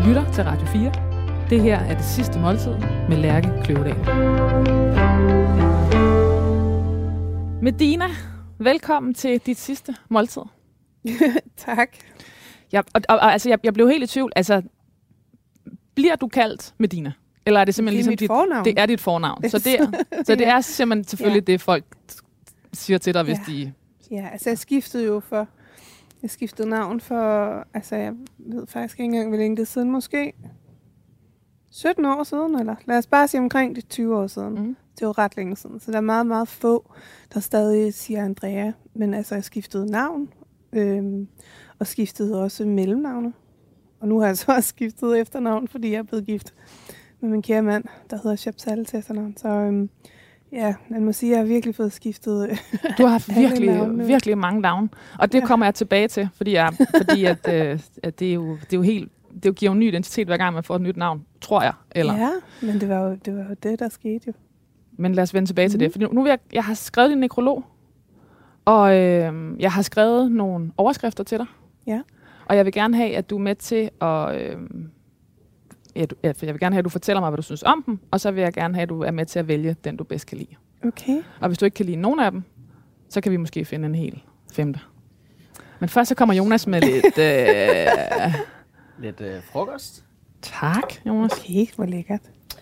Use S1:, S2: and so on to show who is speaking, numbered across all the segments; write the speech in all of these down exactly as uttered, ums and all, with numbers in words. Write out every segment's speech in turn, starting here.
S1: lytter til Radio fire. Det her er Det Sidste Måltid med Lærke Kløvedal. Medina, velkommen til dit sidste måltid.
S2: Tak.
S1: Jeg, og, og, og, altså, jeg, jeg blev helt i tvivl. Altså, bliver du kaldt Medina? Eller er det simpelthen
S2: det er
S1: ligesom
S2: mit fornavn.
S1: Det er dit fornavn. Så det er, så det er simpelthen selvfølgelig ja. det, folk siger til dig, hvis
S2: ja.
S1: de...
S2: Ja, altså jeg skiftede jo for... Jeg skiftede navn for... Altså jeg ved faktisk ikke engang, hvor længe det er siden måske. sytten år siden, eller lad os bare sige omkring det tyve år siden. Mm. Det var ret længe siden. Så der er meget, meget få, der stadig siger Andrea. Men altså jeg skiftede navn. Øhm, og skiftede også mellemnavne. Og nu har jeg så også skiftet efternavn, fordi jeg er blevet gift med min kære mand, der hedder Chapsal til efternavn. Så øhm, ja, man må sige, at jeg har virkelig fået skiftet.
S1: Du har haft virkelig, virkelig mange navne. Og det ja. kommer jeg tilbage til, fordi, jeg, fordi at, øh, at det, er jo, det er jo helt... Det giver jo en ny identitet, hver gang man får et nyt navn, tror jeg. Eller?
S2: Ja, men det var, jo, det var jo det, der skete jo.
S1: Men lad os vende tilbage mm. til det. For nu vil jeg, jeg har skrevet din nekrolog, og øh, jeg har skrevet nogle overskrifter til dig.
S2: Ja.
S1: Og jeg vil gerne have, at du er med til at... Øh, ja, du, jeg vil gerne have, at du fortæller mig, hvad du synes om dem, og så vil jeg gerne have, at du er med til at vælge den, du bedst kan lide.
S2: Okay.
S1: Og hvis du ikke kan lide nogen af dem, så kan vi måske finde en hel femte. Men først så kommer Jonas med lidt... Øh,
S3: Lidt øh, frokost.
S1: Tak, Jonas.
S2: Okay, hvor lækkert.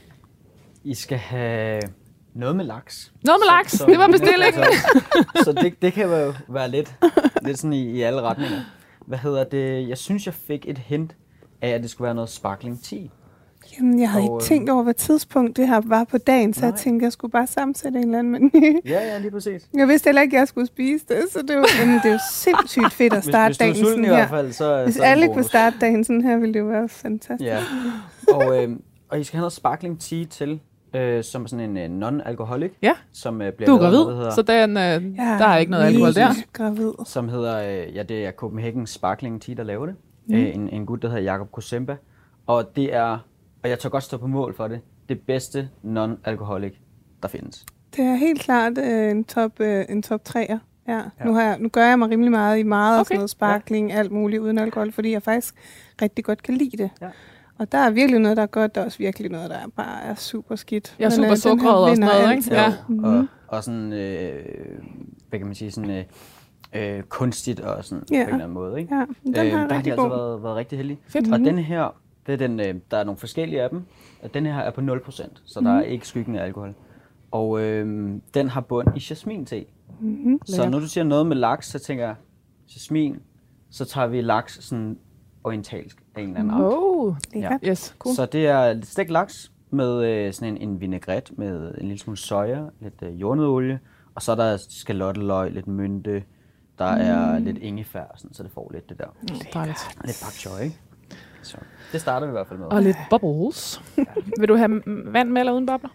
S3: I skal have noget med laks.
S1: Noget med laks, så, det var bestillingen.
S3: Så, så det, det kan jo være lidt, lidt sådan i, i alle retninger. Hvad hedder det? Jeg synes, jeg fik et hint af, at det skulle være noget sparkling te.
S2: Jamen, jeg havde og, ikke tænkt over, hvad tidspunkt det her var på dagen, så nej. jeg tænkte, jeg skulle bare sammensætte en eller anden menu.
S3: Ja, ja, lige præcis.
S2: Jeg vidste heller ikke, at jeg skulle spise det, så det, var, jamen, det er jo sindssygt fedt at starte
S3: hvis,
S2: dagen
S3: hvis du er
S2: sådan
S3: i
S2: her.
S3: hvert fald, så,
S2: hvis
S3: så
S2: alle kunne starte dagen sådan her, ville det jo være fantastisk.
S3: Ja. Og, øh, og I skal have noget sparkling te til, øh, som sådan en uh, non-alcoholic.
S1: Ja,
S3: som, uh, bliver
S1: du er gravid,
S3: hedder,
S1: så den, uh,
S2: ja,
S1: der er ikke noget alkohol der.
S2: Gravid.
S3: Som hedder, uh, ja, det er Copenhagen Sparkling Tea, der laver det. Mm. Uh, en, en gut, der hedder Jakob Kosemba. Og det er... Og jeg tør godt stå på mål for det. Det bedste non-alcoholic, der findes.
S2: Det er helt klart øh, en top øh, en top treer. Ja. Ja. Nu, har jeg, nu gør jeg mig rimelig meget i meget okay. og sådan noget sparkling, ja. alt muligt uden alkohol, fordi jeg faktisk rigtig godt kan lide det. Ja. Og der er virkelig noget, der er godt. Der er også virkelig noget, der bare er super skidt.
S1: Ja, super sukkeret og sådan noget, ikke?
S3: Ja. Mm-hmm. Og, og sådan, øh, hvad kan man sige, sådan... Øh, Øh, kunstigt og sådan ja. på en eller anden måde, ikke?
S2: Ja, den
S3: øh,
S2: har
S3: der har de altså
S2: god.
S3: været, været rigtig heldige.
S1: Fedt.
S3: Og den her, det er den, øh, der er nogle forskellige af dem. Og den her er på nul procent, så mm. der er ikke skyggen af alkohol. Og øh, den har bund i jasmin-te. Mm-hmm. Så når du siger noget med laks, så tænker jeg, jasmin, så tager vi laks sådan orientalsk af en eller anden art.
S1: Oh,
S2: ja.
S1: yes, cool.
S3: Så det er lidt stegt laks med øh, sådan en, en vinaigrette med en lille smule soja, lidt øh, jordnøddeolie, og så er der skalotteløg, lidt mynte. Der er mm. lidt ingefær, sådan, så det får lidt det der.
S1: Mm, dejligt.
S3: Lidt bok choy, ikke? Så det starter vi i hvert fald med.
S1: Og lidt bubbles. Ja. Vil du have vand med eller uden bobler?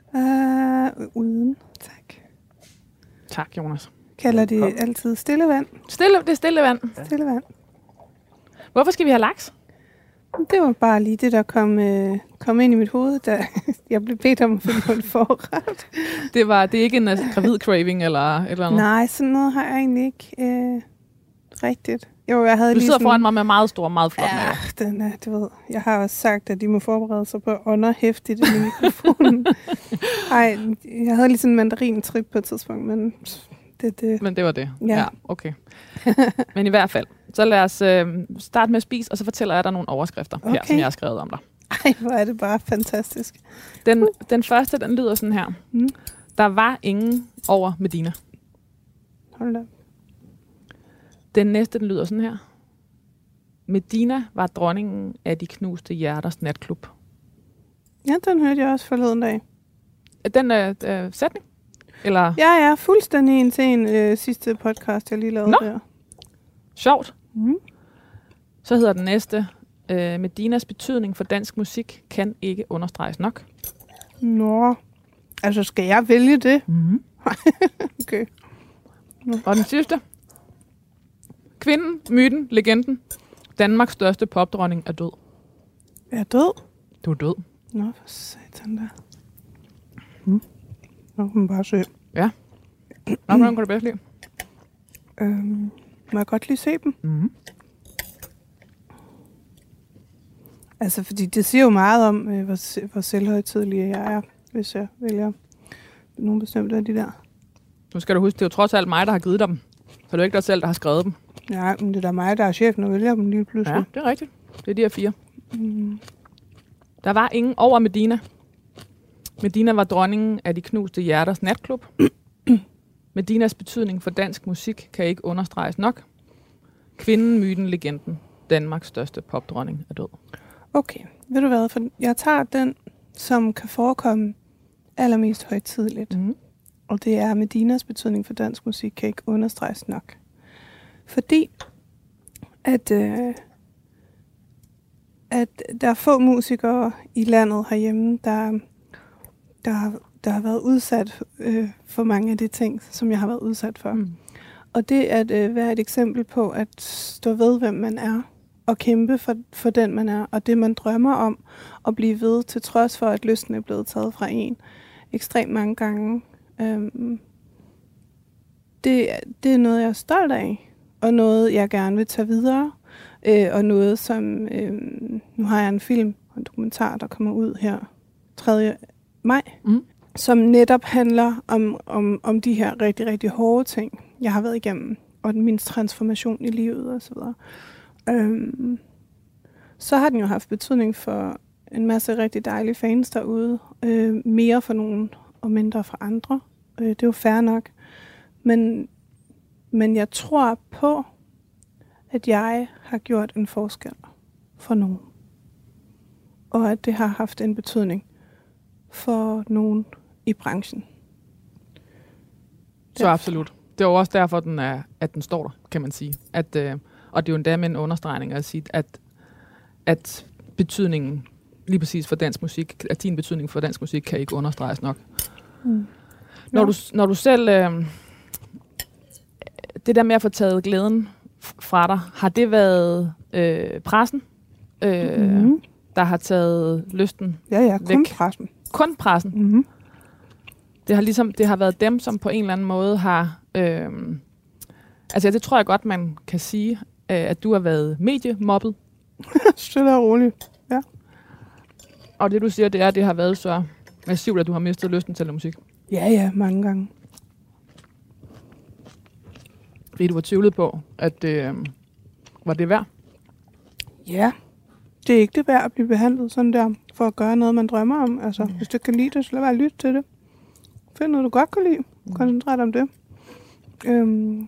S2: Uh, uden, tak.
S1: Tak, Jonas.
S2: Kalder det Kom. altid stille vand?
S1: Stille, det er stille vand.
S2: Ja. Stille vand.
S1: Hvorfor skal vi have laks?
S2: Det var bare lige det, der kom, øh, kom ind i mit hoved, da jeg blev bedt om at finde på en forret.
S1: Det var det er ikke en uh, gravid craving eller et eller andet?
S2: Nej, sådan noget har jeg egentlig ikke øh, rigtigt. Jo, jeg havde
S1: du
S2: lige
S1: sidder
S2: sådan,
S1: foran mig med meget stor, meget flot mave.
S2: Ja, den er, du ved. Jeg har også sagt, at de må forberede sig på at ånder hæftigt i mikrofonen. Ej, jeg havde lige sådan en mandarin-trip på et tidspunkt, men det, det.
S1: Men det var det?
S2: Ja.
S1: Ja, okay. Men i hvert fald, så lad os øh, starte med at spise, og så fortæller jeg dig nogle overskrifter okay. her, som jeg har skrevet om dig.
S2: Ej, hvor er det bare fantastisk.
S1: Den, uh. den første, den lyder sådan her. Mm. Der var ingen over Medina.
S2: Hold da.
S1: Den næste, den lyder sådan her. Medina var dronningen af de knuste hjerters natklub.
S2: Ja, den hørte jeg også forleden dag.
S1: Den øh, øh, sætning? Eller?
S2: Ja, ja, fuldstændig en til en øh, sidste podcast, jeg lige lavede
S1: Nå.
S2: der.
S1: Sjovt.
S2: Mm.
S1: Så hedder den næste. Øh, Medinas betydning for dansk musik kan ikke understreges nok.
S2: Nå, altså skal jeg vælge det?
S1: Mm.
S2: Okay.
S1: Nå. Og den sidste. Kvinden, myten, legenden. Danmarks største popdronning er død.
S2: Er død?
S1: Du er død.
S2: Nå, for satan der. Mm. Nå, kan man bare se.
S1: Ja. Nå, hvordan kan du bedst lide?
S2: Øhm, må jeg godt lige se dem?
S1: Mm.
S2: Altså, fordi det siger jo meget om, øh, hvor, hvor selvhøjtidlig jeg er, hvis jeg vælger nogle bestemte af de der.
S1: Nu skal du huske, det er jo trods alt mig, der har givet dem. Så det er jo ikke dig selv, der har skrevet dem.
S2: Ja, men det er da mig, der er chefen og vælger dem lige pludselig.
S1: Ja, det er rigtigt. Det er de her fire. Mm. Der var ingen over Medina. Medina var dronningen af de knuste hjerters natklub. Medinas betydning for dansk musik kan ikke understreges nok. Kvinden, myten, legenden. Danmarks største popdronning er død.
S2: Okay, ved du hvad? For jeg tager den, som kan forekomme allermest højtidligt. Mm. Og det er Medinas betydning for dansk musik kan ikke understreges nok. Fordi at, øh, at der er få musikere i landet herhjemme, der, der, der har været udsat øh, for mange af de ting, som jeg har været udsat for. Mm. Og det at øh, være et eksempel på at stå ved, hvem man er, og kæmpe for, for den, man er, og det, man drømmer om, at blive ved, til trods for, at lysten er blevet taget fra en ekstremt mange gange. Øhm, det, det er noget, jeg er stolt af, og noget, jeg gerne vil tage videre, øh, og noget, som... Øh, nu har jeg en film og en dokumentar, der kommer ud her tredje maj, mm. som netop handler om, om, om de her rigtig, rigtig hårde ting, jeg har været igennem, og min transformation i livet osv. Øhm, så har den jo haft betydning for en masse rigtig dejlige fans derude. Øh, mere for nogen og mindre for andre. Øh, det er jo fair nok. Men, men jeg tror på, at jeg har gjort en forskel for nogen. Og at det har haft en betydning for nogen i branchen.
S1: Så absolut. Det er jo også derfor, den er, at den står der, kan man sige. At, øh, og det er jo endda med en understregning at sige, at, at betydningen lige præcis for dansk musik, at din betydning for dansk musik kan ikke understreges nok. Mm. Når, du, når du selv... Øh, det der med at få taget glæden fra dig, har det været øh, pressen, øh, mm-hmm. der har taget lysten
S2: Ja, ja, kun væk? pressen.
S1: Kun pressen?
S2: Mm-hmm.
S1: Det har ligesom, det har været dem, som på en eller anden måde har... Øh, altså, det tror jeg godt, man kan sige, øh, at du har været mediemobbet.
S2: Stille og roligt, ja.
S1: Og det, du siger, det er, at det har været så massivt, at du har mistet lysten til musik.
S2: Ja, ja, mange gange.
S1: Fordi du var tvivlet på, at det øh, var det værd?
S2: Ja, det er ikke det værd at blive behandlet sådan der, for at gøre noget, man drømmer om. Altså, mm. hvis du kan lide det, så lad være at lytte til det. Find noget, du godt kan lide. Mm. Koncentrer dig om det. Øhm,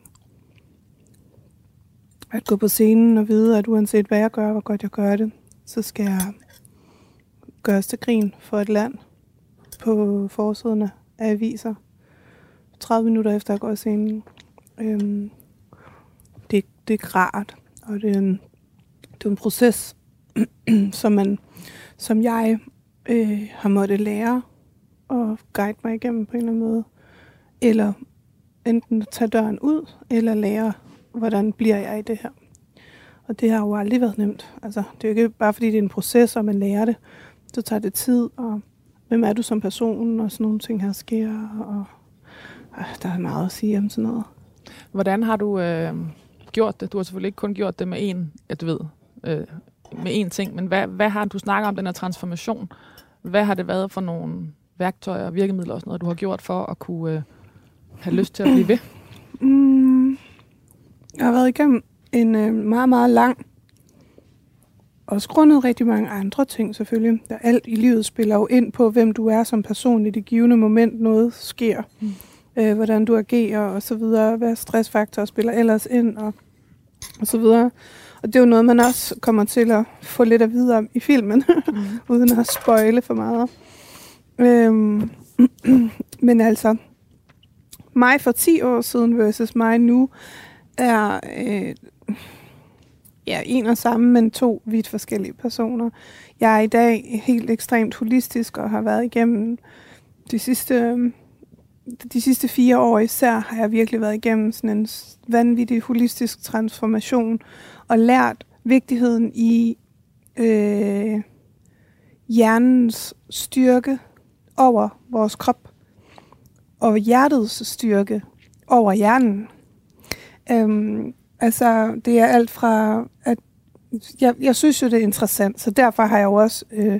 S2: at gå på scenen og vide, at uanset hvad jeg gør, hvor godt jeg gør det, så skal jeg gøres til grin for et land på forsiderne af aviser. tredive minutter efter jeg går af scenen. Øhm, det, det er rart, og det er en, det er en proces, som, man, som jeg øh, har måttet lære og guide mig igennem på en eller anden måde. Eller enten tage døren ud, eller lære, hvordan bliver jeg i det her. Og det har jo aldrig været nemt. Altså, det er jo ikke bare fordi, det er en proces, og man lærer det. Så tager det tid, og hvem er du som person, og sådan nogle ting her sker, og øh, der er meget at sige om sådan noget.
S1: Hvordan har du øh, gjort det? Du har selvfølgelig ikke kun gjort det med en, ja, du ved, øh, med én ting, men hvad, hvad har du snakket om den her transformation? Hvad har det været for nogle værktøjer og virkemidler og sådan noget, du har gjort for at kunne øh, have lyst til at blive ved?
S2: Mm, jeg har været igennem en øh, meget, meget lang, også grundet rigtig mange andre ting selvfølgelig. Der alt i livet spiller jo ind på, hvem du er som person i det givende moment, noget sker. Mm. Øh, hvordan du agerer og så videre, hvad stressfaktorer spiller ellers ind og, og så videre. Og det er jo noget, man også kommer til at få lidt at vide om i filmen, mm. uden at spoile for meget. Øhm, men altså, mig for ti år siden versus mig nu er øh, ja, en og samme, men to vidt forskellige personer. Jeg er i dag helt ekstremt holistisk og har været igennem de sidste... De sidste fire år især har jeg virkelig været igennem sådan en vanvittig holistisk transformation og lært vigtigheden i øh, hjernens styrke over vores krop og hjertets styrke over hjernen. Øhm, altså det er alt fra at jeg, jeg synes jo, det er interessant, så derfor har jeg jo også øh,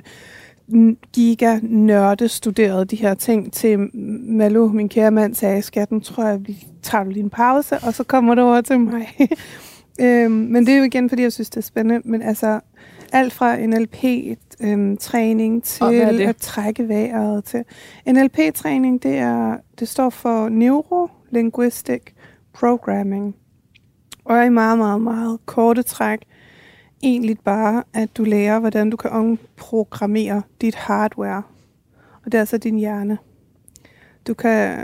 S2: giga-nørde studeret de her ting til Malou, min kære mand, sagde, skatten, tror jeg, vi tager lige en pause, og så kommer det over til mig. øhm, men det er jo igen, fordi jeg synes, det er spændende. Men altså, alt fra N L P-træning øhm, til at trække vejret til. N L P-træning, det, er, det står for Neuro-Linguistic Programming. Og i meget, meget, meget korte træk, egentlig bare, at du lærer, hvordan du kan omprogrammere dit hardware. Og det er altså din hjerne. Du kan...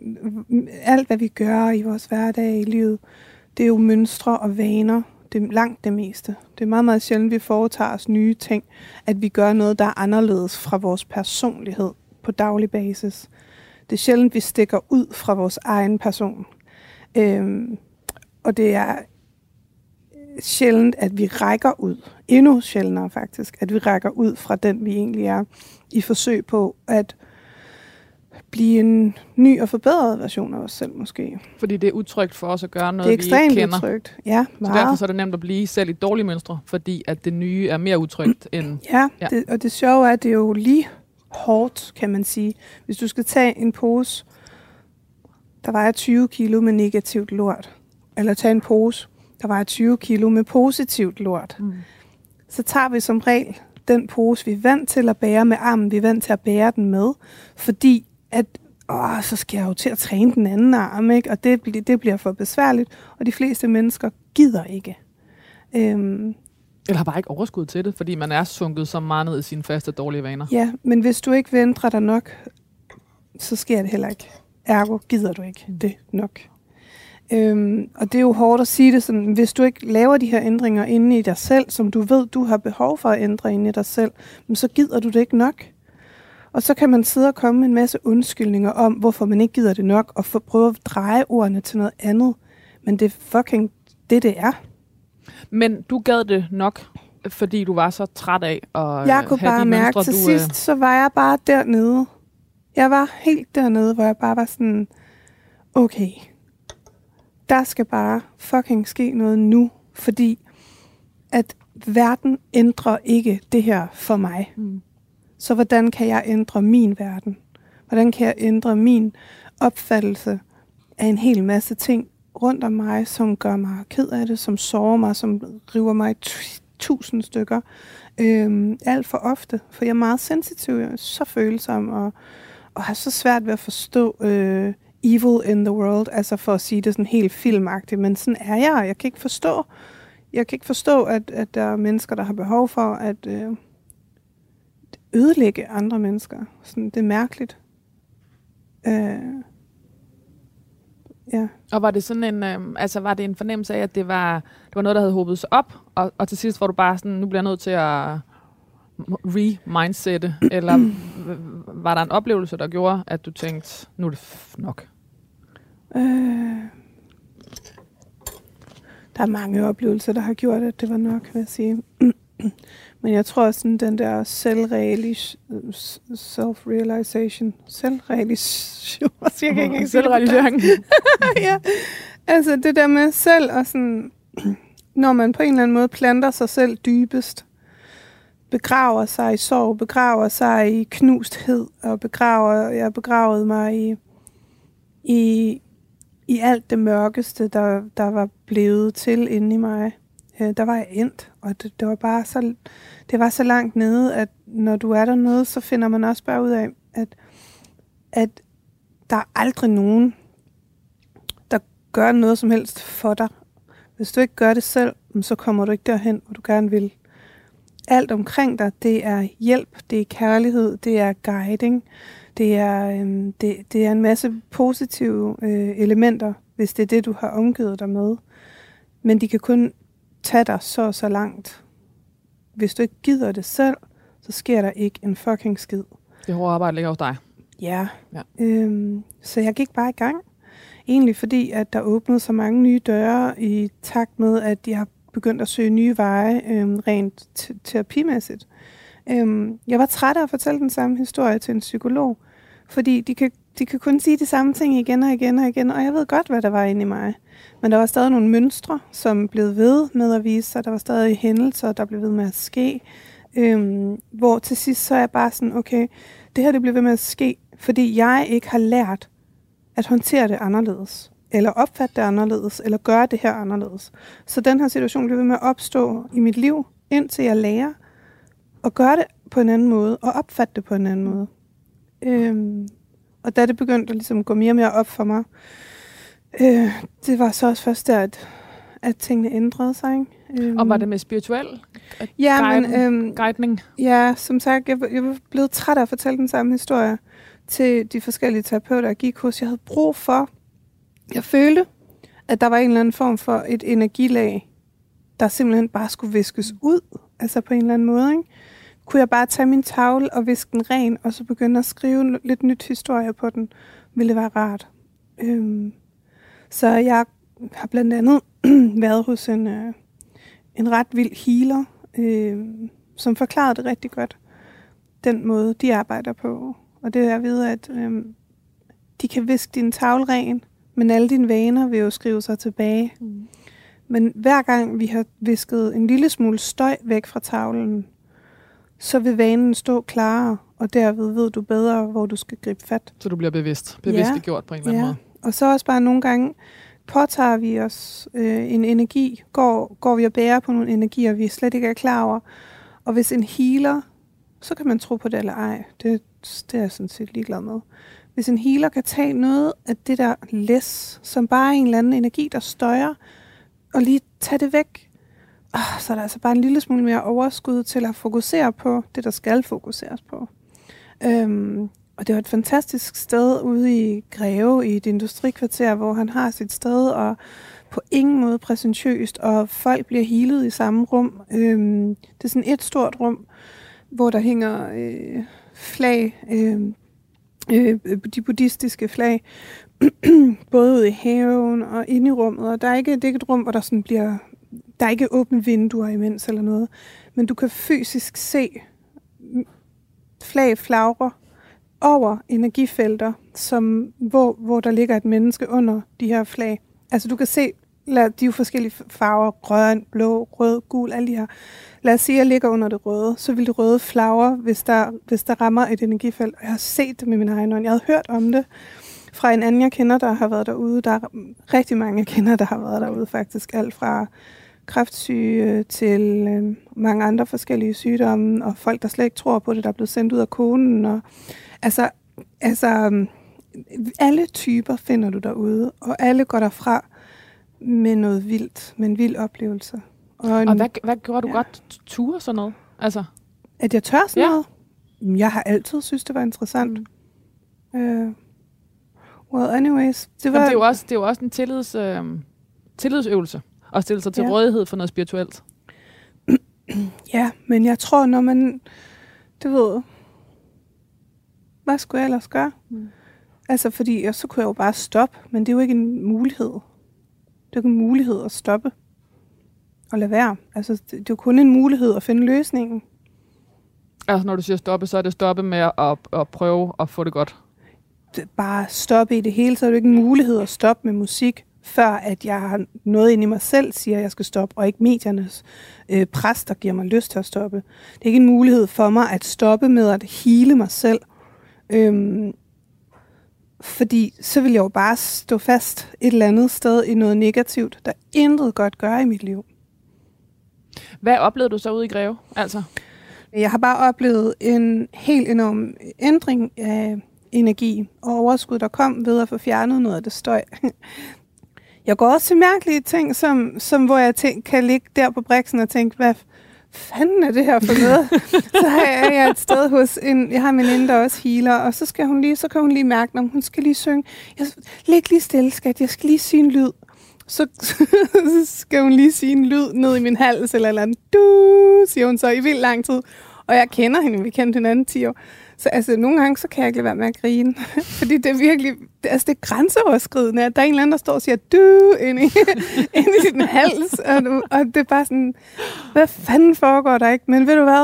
S2: Alt, hvad vi gør i vores hverdag i livet, det er jo mønstre og vaner. Det er langt det meste. Det er meget, meget sjældent, vi foretager os nye ting. At vi gør noget, der er anderledes fra vores personlighed på daglig basis. Det er sjældent, vi stikker ud fra vores egen person. Øhm, og det er sjældent, at vi rækker ud. Endnu sjældnere faktisk, at vi rækker ud fra den, vi egentlig er, i forsøg på at blive en ny og forbedret version af os selv, måske.
S1: Fordi det er utrygt for os at gøre noget,
S2: vi ikke kender. Det er ekstremt utrygt, ja, meget.
S1: Så derfor så er det nemt at blive selv i dårlige mønstre, fordi at det nye er mere utrygt end...
S2: Ja, ja. Det, og det sjove er, at det er jo lige hårdt, kan man sige. Hvis du skal tage en pose, der vejer tyve kilo med negativt lort, eller tage en pose, der vejer tyve kilo med positivt lort, mm. så tager vi som regel den pose, vi er vant til at bære med armen, vi er vant til at bære den med, fordi at, åh, så skal jeg jo til at træne den anden arm, ikke? Og det, det bliver for besværligt, og de fleste mennesker gider ikke. Øhm,
S1: Eller har bare ikke overskud til det, fordi man er sunket så meget ned i sine faste dårlige vaner.
S2: Ja, men hvis du ikke venter dig nok, så sker det heller ikke. Ergo gider du ikke det nok. Øhm, og det er jo hårdt at sige det sådan, hvis du ikke laver de her ændringer inde i dig selv, som du ved, du har behov for at ændre inde i dig selv, så gider du det ikke nok. Og så kan man sidde og komme med en masse undskyldninger om, hvorfor man ikke gider det nok, og få, prøve at dreje ordene til noget andet. Men det er fucking det, det er.
S1: Men du gad det nok, fordi du var så træt af at
S2: jeg kunne
S1: have
S2: bare
S1: de
S2: mærke,
S1: mønstre,
S2: til
S1: du,
S2: sidst, så var jeg bare dernede. Jeg var helt dernede, hvor jeg bare var sådan, okay, der skal bare fucking ske noget nu, fordi at verden ændrer ikke det her for mig. Mm. Så hvordan kan jeg ændre min verden? Hvordan kan jeg ændre min opfattelse af en hel masse ting rundt om mig, som gør mig ked af det, som sårer mig, som river mig i t- tusind stykker. Øhm, alt for ofte, for jeg er meget sensitiv, jeg er så følsom, og, og har så svært ved at forstå øh, evil in the world, altså for at sige det sådan helt filmagtigt, men sådan er jeg, jeg kan ikke forstå, jeg kan ikke forstå, at, at der er mennesker, der har behov for at øh, ødelægge andre mennesker. Sådan, det er mærkeligt. Øh, ja.
S1: Og var det sådan en, øh, altså var det en fornemmelse af, at det var, det var noget, der havde håbet sig op, og, og til sidst var du bare sådan, nu bliver jeg nødt til at re-mindsette, eller var der en oplevelse, der gjorde, at du tænkte, nu er det f- nok? Øh,
S2: der er mange oplevelser, der har gjort, at det var nok, vil jeg sige. Men jeg tror sådan, den der selvrealisation, self-realization, selvrealisation, jeg kan ikke engang
S1: selvrealisering.
S2: Ja, altså det der med selv, og sådan, når man på en eller anden måde planter sig selv dybest, begraver sig i sorg, begraver sig i knusthed, og begraver, jeg begravede mig i, i, i alt det mørkeste, der, der var blevet til inde i mig. Der var jeg endt, og det, det var bare så, det var så langt nede, at når du er dernede, så finder man også bare ud af, at, at der er aldrig nogen, der gør noget som helst for dig. Hvis du ikke gør det selv, så kommer du ikke derhen, hvor du gerne vil. Alt omkring dig, det er hjælp, det er kærlighed, det er guiding, det er, øhm, det, det er en masse positive øh, elementer, hvis det er det, du har omgivet dig med. Men de kan kun tage dig så så langt. Hvis du ikke gider det selv, så sker der ikke en fucking skid.
S1: Det hårde arbejde ligger hos dig.
S2: Ja. ja. Øhm, så jeg gik bare i gang. Egentlig fordi, at der åbnede så mange nye døre i takt med, at de har begyndt at søge nye veje øhm, rent t- terapimæssigt. Øhm, jeg var træt af at fortælle den samme historie til en psykolog, fordi de kan de kan kun sige de samme ting igen og igen og igen, og jeg ved godt, hvad der var inde i mig. Men der var stadig nogle mønstre, som blev ved med at vise sig. Der var stadig hændelser, der blev ved med at ske. Øhm, hvor til sidst så er jeg bare sådan, okay, det her det bliver ved med at ske, fordi jeg ikke har lært at håndtere det anderledes, eller opfatte det anderledes, eller gøre det her anderledes. Så den her situation bliver ved med at opstå i mit liv, indtil jeg lærer at gøre det på en anden måde, og opfatte det på en anden måde. Øhm, og da det begyndte at ligesom gå mere og mere op for mig, øh, det var så også først der, at, at tingene ændrede sig. Ikke? Øhm,
S1: og var det med spirituel
S2: ja,
S1: guiden,
S2: men, øhm,
S1: guidning?
S2: Ja, som sagt, jeg, jeg var blevet træt af at fortælle den samme historie til de forskellige terapeuter, jeg gik hos. Jeg havde brug for, jeg følte, at der var en eller anden form for et energilag, der simpelthen bare skulle viskes ud, altså på en eller anden måde, ikke? Kunne jeg bare tage min tavle og viske den ren, og så begynde at skrive lidt nyt historie på den, ville det være rart. Øhm, så jeg har blandt andet været hos en, øh, en ret vild healer, øh, som forklarede det rigtig godt, den måde, de arbejder på. Og det er at vide, at øh, de kan viske din tavle ren, men alle dine vaner vil jo skrive sig tilbage. Mm. Men hver gang vi har visket en lille smule støj væk fra tavlen, så vil vanen stå klarere, og derved ved du bedre, hvor du skal gribe fat.
S1: Så du bliver bevidst, bevidst
S2: ja.
S1: gjort på en eller anden
S2: ja.
S1: måde.
S2: Og så også bare nogle gange påtager vi os øh, en energi, går, går vi og bærer på nogle energier, vi slet ikke er klar over. Og hvis en healer, så kan man tro på det eller ej, det, det er jeg sådan set ligeglad med. Hvis en healer kan tage noget af det der læs, som bare er en eller anden energi, der støjer, og lige tage det væk, oh, så er der altså bare en lille smule mere overskud til at fokusere på det, der skal fokuseres på. Øhm, og det var et fantastisk sted ude i Greve, i et industrikvarter, hvor han har sit sted, og på ingen måde præsentøst, og folk bliver healet i samme rum. Øhm, det er sådan et stort rum, hvor der hænger øh, flag, øh, øh, de buddhistiske flag, både ude i haven og inde i rummet, og der er ikke, det er ikke et rum, hvor der sådan bliver, der er ikke åbne vinduer imens eller noget, men du kan fysisk se flag flagre over energifelter, som, hvor, hvor der ligger et menneske under de her flag. Altså du kan se, de er jo forskellige farver, grøn, blå, rød, gul, alle de her. Lad os sige, at jeg ligger under det røde, så vil det røde flagre, hvis der, hvis der rammer et energifelt. Og jeg har set det med mine egne øjne. Jeg havde hørt om det fra en anden, jeg kender, der har været derude. Der er rigtig mange, jeg kender, der har været derude faktisk. Alt fra kræftsyge til øh, mange andre forskellige sygdomme, og folk, der slet ikke tror på det, der er blevet sendt ud af konen. Og, altså, altså, alle typer finder du derude, og alle går derfra med noget vildt, med en vild oplevelse. Og, en,
S1: og hvad, hvad gjorde du
S2: ja.
S1: godt ture sådan noget? Altså,
S2: at jeg tør sådan
S1: ja.
S2: noget? Jeg har altid synes det var interessant. Mm. Uh, well, anyways. Det, var,
S1: det, er jo også, det er jo også en tillids, øh, tillidsøvelse at stille sig til ja. rådighed for noget spirituelt.
S2: Ja, men jeg tror, når man, du ved, hvad skulle jeg ellers gøre? Mm. Altså, fordi så kunne jeg jo bare stoppe, men det er jo ikke en mulighed. Det er jo ikke en mulighed at stoppe og lade være. Altså, det, det er jo kun en mulighed at finde løsningen.
S1: Altså, når du siger stoppe, så er det stoppe med at, at, at prøve at få det godt?
S2: Det, bare stoppe i det hele, så er det jo ikke en mulighed at stoppe med musik, før at jeg har noget inde i mig selv, siger, at jeg skal stoppe, og ikke mediernes øh, pres, der giver mig lyst til at stoppe. Det er ikke en mulighed for mig at stoppe med at hele mig selv. Øhm, fordi så vil jeg jo bare stå fast et eller andet sted i noget negativt, der intet godt gør i mit liv.
S1: Hvad oplevede du så ude i Greve? Altså?
S2: Jeg har bare oplevet en helt enorm ændring af energi og overskud, der kom ved at få fjernet noget af det støj. Jeg går også til mærkelige ting, som, som hvor jeg tænk, kan ligge der på briksen og tænke, hvad fanden er det her for noget? Så har jeg et sted hos en, jeg har en veninde, der også healer, og så skal hun lige, så kan hun lige mærke, når hun skal lige synge. Jeg, læg lige stille, skat, jeg skal lige sige en lyd. Så, så skal hun lige sige en lyd ned i min hals, eller eller andet. Du, siger hun så i vildt lang tid. Og jeg kender hende, vi kendte hinanden ti år. Så altså, nogle gange, så kan jeg ikke lade være med at grine. Fordi det er virkelig, det, altså det er grænseoverskridende, at der er en eller anden, der står og siger, du, ind i, ind i din hals. Og, og det er bare sådan, hvad fanden foregår der ikke? Men ved du hvad?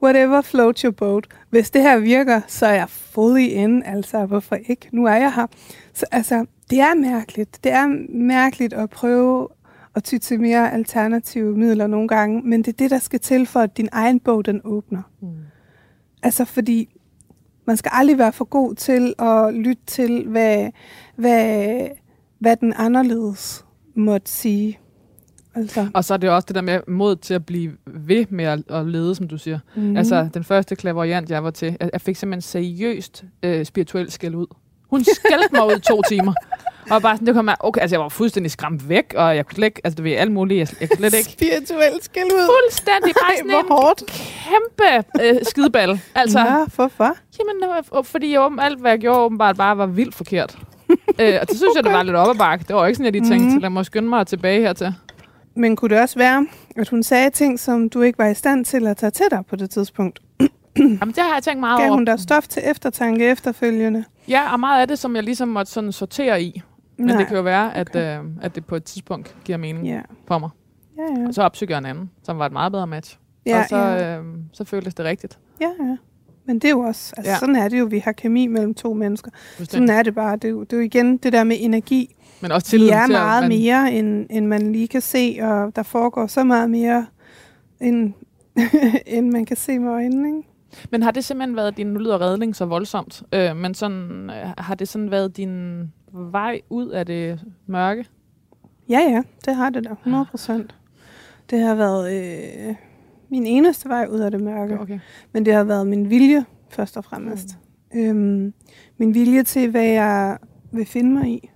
S2: whatever floats your boat. Hvis det her virker, så er jeg fully in, altså hvorfor ikke? Nu er jeg her. Så altså, det er mærkeligt. Det er mærkeligt at prøve at ty til mere alternative midler nogle gange, men det er det, der skal til for, at din egen bog, den åbner. Mm. Altså, fordi man skal aldrig være for god til at lytte til, hvad, hvad, hvad den anderledes måtte sige. Altså.
S1: Og så er det også det der med mod til at blive ved med at, at lede, som du siger. Mm-hmm. Altså, den første clairvoyant, jeg var til, jeg fik simpelthen seriøst øh, spirituelt skæld ud. Hun skældte mig ud i to timer. Og bare sådan, det kom jeg, okay, altså jeg var fuldstændig skræmt væk, og jeg kunne slet ikke, altså det var alt muligt, jeg, jeg kunne slet ikke.
S2: Spirituelt skæld ud.
S1: Fuldstændig, bare sådan
S2: Ej, hvor hårdt.
S1: Kæmpe øh, skideball. Altså,
S2: ja, hvorfor?
S1: Jamen, fordi jeg, alt, hvad jeg gjorde, åbenbart bare var vildt forkert. øh, og det synes jeg, det var lidt op ad bakke. Det var ikke sådan, jeg lige tænkte, mm-hmm. lad mig skynde mig tilbage hertil.
S2: Men kunne det også være, at hun sagde ting, som du ikke var i stand til at tage til dig på det tidspunkt?
S1: Jamen, det har jeg tænkt meget over.
S2: Gav hun der stof til eftertanke efterfølgende?
S1: Ja, og meget af det, som jeg ligesom måtte sådan sortere i. Men
S2: Nej.
S1: det kan jo være, at,
S2: okay.
S1: øh, at det på et tidspunkt giver mening
S2: yeah.
S1: for mig.
S2: Ja, ja.
S1: Og så opsøger jeg en anden, som var et meget bedre match.
S2: Ja,
S1: og så,
S2: ja.
S1: øh, så føltes det rigtigt.
S2: Ja, ja. Men det er jo også, altså
S1: ja.
S2: sådan er det jo, vi har kemi mellem to mennesker. Sådan er det bare. Det er, jo, det er jo igen det der med energi.
S1: Men også tilliden
S2: vi er
S1: til,
S2: meget
S1: man...
S2: mere, end, end man lige kan se, og der foregår så meget mere, end, end man kan se med øjnene, ikke?
S1: Men har det simpelthen været din, nu lyder redning så voldsomt, øh, men sådan, øh, har det sådan været din vej ud af det mørke?
S2: Ja, ja, det har det da, hundrede procent. Det har været øh, min eneste vej ud af det mørke.
S1: Okay. Men
S2: det har været min vilje, først og fremmest. Mm. Øhm, min vilje til, hvad jeg vil finde mig i.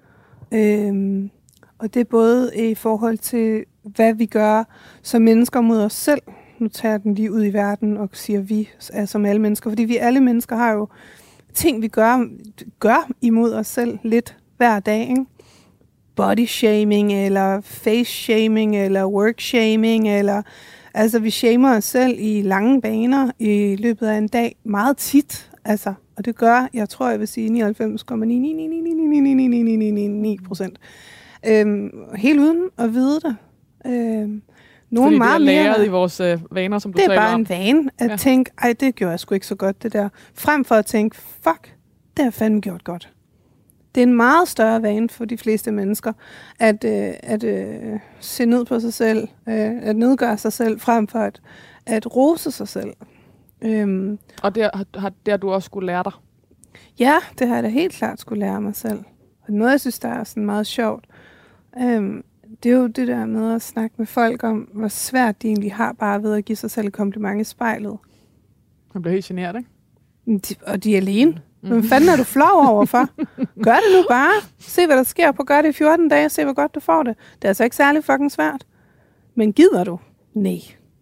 S2: Øhm, og det er både i forhold til, hvad vi gør som mennesker mod os selv. Nu tager den lige ud i verden og siger, vi er som alle mennesker. Fordi vi alle mennesker har jo ting, vi gør, gør imod os selv lidt hver dag. Ikke? Body shaming, eller face shaming, eller work shaming, eller altså vi shamer os selv i lange baner i løbet af en dag meget tit. Altså, og det gør, jeg tror, jeg vil sige nioghalvfems komma ni ni ni ni ni ni ni ni ni ni ni procent. Øhm, helt uden at vide det. Øhm, Nogle
S1: Fordi
S2: meget
S1: det er læret
S2: mere,
S1: i vores øh, vaner, som du
S2: taler om.
S1: taler
S2: Det er bare
S1: om.
S2: en vane at
S1: ja.
S2: tænke, ej, det gjorde jeg sgu ikke så godt, det der. Frem for at tænke, fuck, det har jeg fandme gjort godt. Det er en meget større vane for de fleste mennesker, at, øh, at øh, se ned på sig selv, øh, at nedgøre sig selv, frem for at, at rose sig selv. Øhm,
S1: Og det har, har, det har du også skulle lære dig?
S2: Ja, det har jeg da helt klart skulle lære mig selv. Og noget, jeg synes, der er sådan meget sjovt, øhm, det er jo det der med at snakke med folk om, hvor svært de egentlig har bare ved at give sig selv et kompliment i spejlet.
S1: Man bliver helt generet, ikke?
S2: De, og de er alene. Mm. Hvad fanden er du flov overfor? Gør det nu bare. Se, hvad der sker på. Gør det i fjorten dage, og se, hvor godt du får det. Det er altså ikke særlig fucking svært. Men gider du? Nej.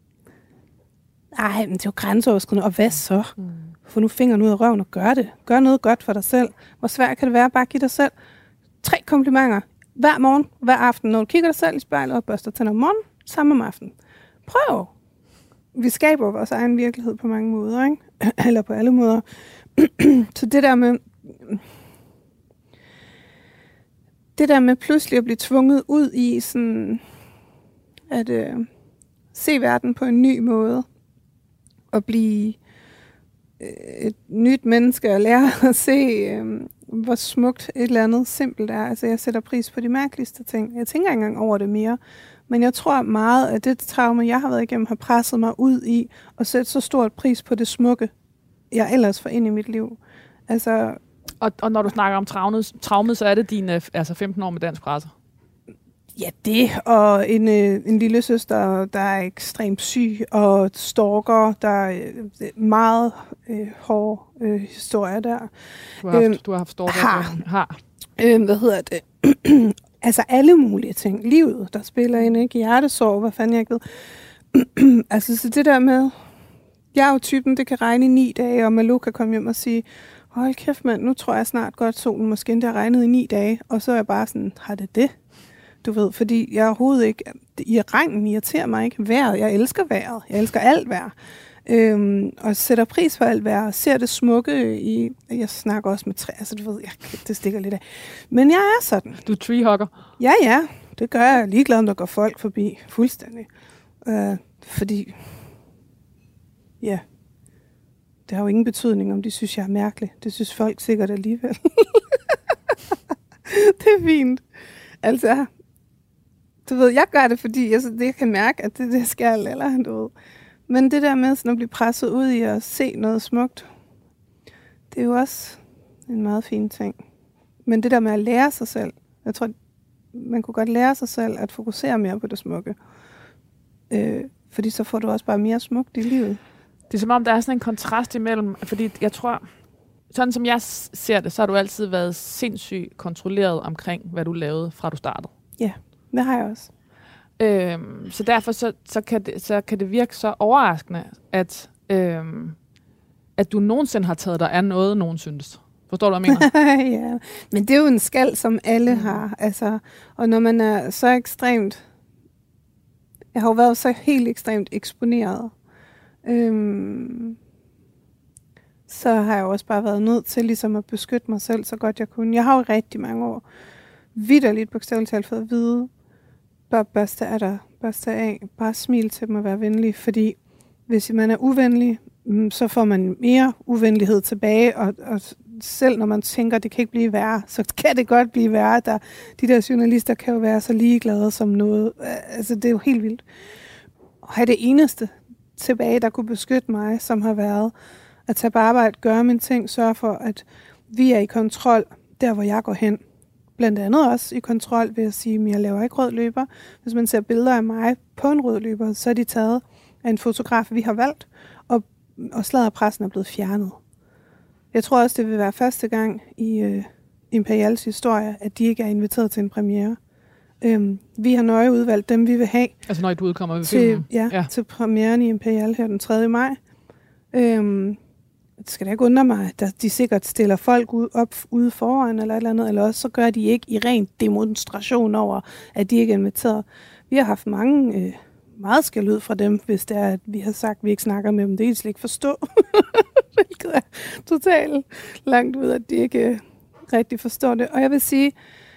S2: Ej, men det er jo grænseoverskridende. Og hvad så? Mm. Få nu fingeren ud af røven og gør det. Gør noget godt for dig selv. Hvor svært kan det være bare at give dig selv tre komplimenter hver morgen, hver aften, når du kigger dig selv i spejlet og børster tænder om morgenen, samme om aftenen. Prøv. Vi skaber vores egen virkelighed på mange måder, ikke? Eller på alle måder. Så det der med det der med pludselig at blive tvunget ud i sådan at øh, se verden på en ny måde og blive øh, et nyt menneske og lære at se øh, hvor smukt et eller andet simpelt er. Altså jeg sætter pris på de mærkeligste ting. Jeg tænker ikke engang over det mere. Men jeg tror meget, at det traume, jeg har været igennem, har presset mig ud i at sætte så stort pris på det smukke, jeg ellers får ind i mit liv. Altså,
S1: og, og når du snakker om traumet, traumet så er det dine altså femten år med dansk presse?
S2: Ja, det. Og en, øh, en lille søster, der er ekstremt syg, og stalker, der er øh, meget øh, hård øh, historie der.
S1: Du har haft,
S2: øhm,
S1: du har haft stalker?
S2: Har.
S1: har.
S2: Øh, hvad hedder det? Altså alle mulige ting. Livet, der spiller ind, ikke? Hjertesorg, hvad fanden jeg ikke ved. Altså så det der med, jeg er jo typen, det kan regne i ni dage, og Malou kan komme hjem og sige, hold kæft mand, nu tror jeg snart godt, solen måske endda har regnet i ni dage, og så er jeg bare sådan, har det det? Du ved, fordi jeg overhovedet ikke, i regnen irriterer mig ikke. Vejret, jeg elsker vejret, jeg elsker alt vejr. Øhm, og sætter pris på alt vejr, og ser det smukke i, jeg snakker også med træer, altså du ved, jeg, det stikker lidt af. Men jeg er sådan.
S1: Du er treehugger?
S2: Ja, ja, det gør jeg. Ligeglad, om der går folk forbi, fuldstændig. Øh, fordi ja, det har jo ingen betydning, om de synes, jeg er mærkelig. Det synes folk sikkert alligevel. Det er fint. Altså, du ved, jeg gør det, fordi jeg, jeg kan mærke, at det, det skal, eller du ved. Men det der med sådan at blive presset ud i at se noget smukt, det er jo også en meget fin ting. Men det der med at lære sig selv, jeg tror, man kunne godt lære sig selv at fokusere mere på det smukke. Øh, fordi så får du også bare mere smukt i livet.
S1: Det er som om, der er sådan en kontrast imellem, fordi jeg tror, sådan som jeg ser det, så har du altid været sindssygt kontrolleret omkring, hvad du lavede, fra du startede.
S2: Ja, det har jeg også.
S1: Øhm, så derfor så, så, kan det, så kan det virke så overraskende, at, øhm, at du nogensinde har taget dig af noget, nogen synes. Forstår du, hvad jeg
S2: mener? Ja, men det er jo en skal, som alle mm. har. Altså, og når man er så ekstremt... Jeg har jo været så helt ekstremt eksponeret. Øhm, så har jeg jo også bare været nødt til ligesom at beskytte mig selv så godt jeg kunne. Jeg har jo rigtig mange år vitterligt bogstaveligt talt fået at vide, bare børste af dig, børste af, bare smil til dem og være venlig, fordi hvis man er uvenlig, så får man mere uvenlighed tilbage, og, og selv når man tænker, at det kan ikke blive værre, så kan det godt blive værre. Der, de der journalister kan jo være så ligeglade som noget. Altså, det er jo helt vildt. Og have det eneste tilbage, der kunne beskytte mig, som har været at tage på arbejde, gøre mine ting, sørge for, at vi er i kontrol der, hvor jeg går hen. Blandt andet også i kontrol ved at sige, at jeg laver ikke rød løber. Hvis man ser billeder af mig på en rød løber, så er de taget af en fotograf, vi har valgt, og, og sladderpressen er blevet fjernet. Jeg tror også, det vil være første gang i øh, Imperials historie, at de ikke er inviteret til en premiere. Øhm, vi har nøje udvalgt dem, vi vil have.
S1: Altså når du udkommer ved
S2: til,
S1: filmen?
S2: Ja, ja, til premieren i Imperial her den tredje maj. Øhm, det skal da ikke undre mig, at de sikkert stiller folk ud, op ude foran eller et eller andet, eller også så gør de ikke i ren demonstration over, at de ikke er inviteret. Vi har haft mange... Øh, meget skal ud fra dem, hvis det er, at vi har sagt, at vi ikke snakker med dem. Det kan de slet ikke forstå. Hvilket er totalt langt ud, at de ikke uh, rigtig forstår det. Og jeg vil sige,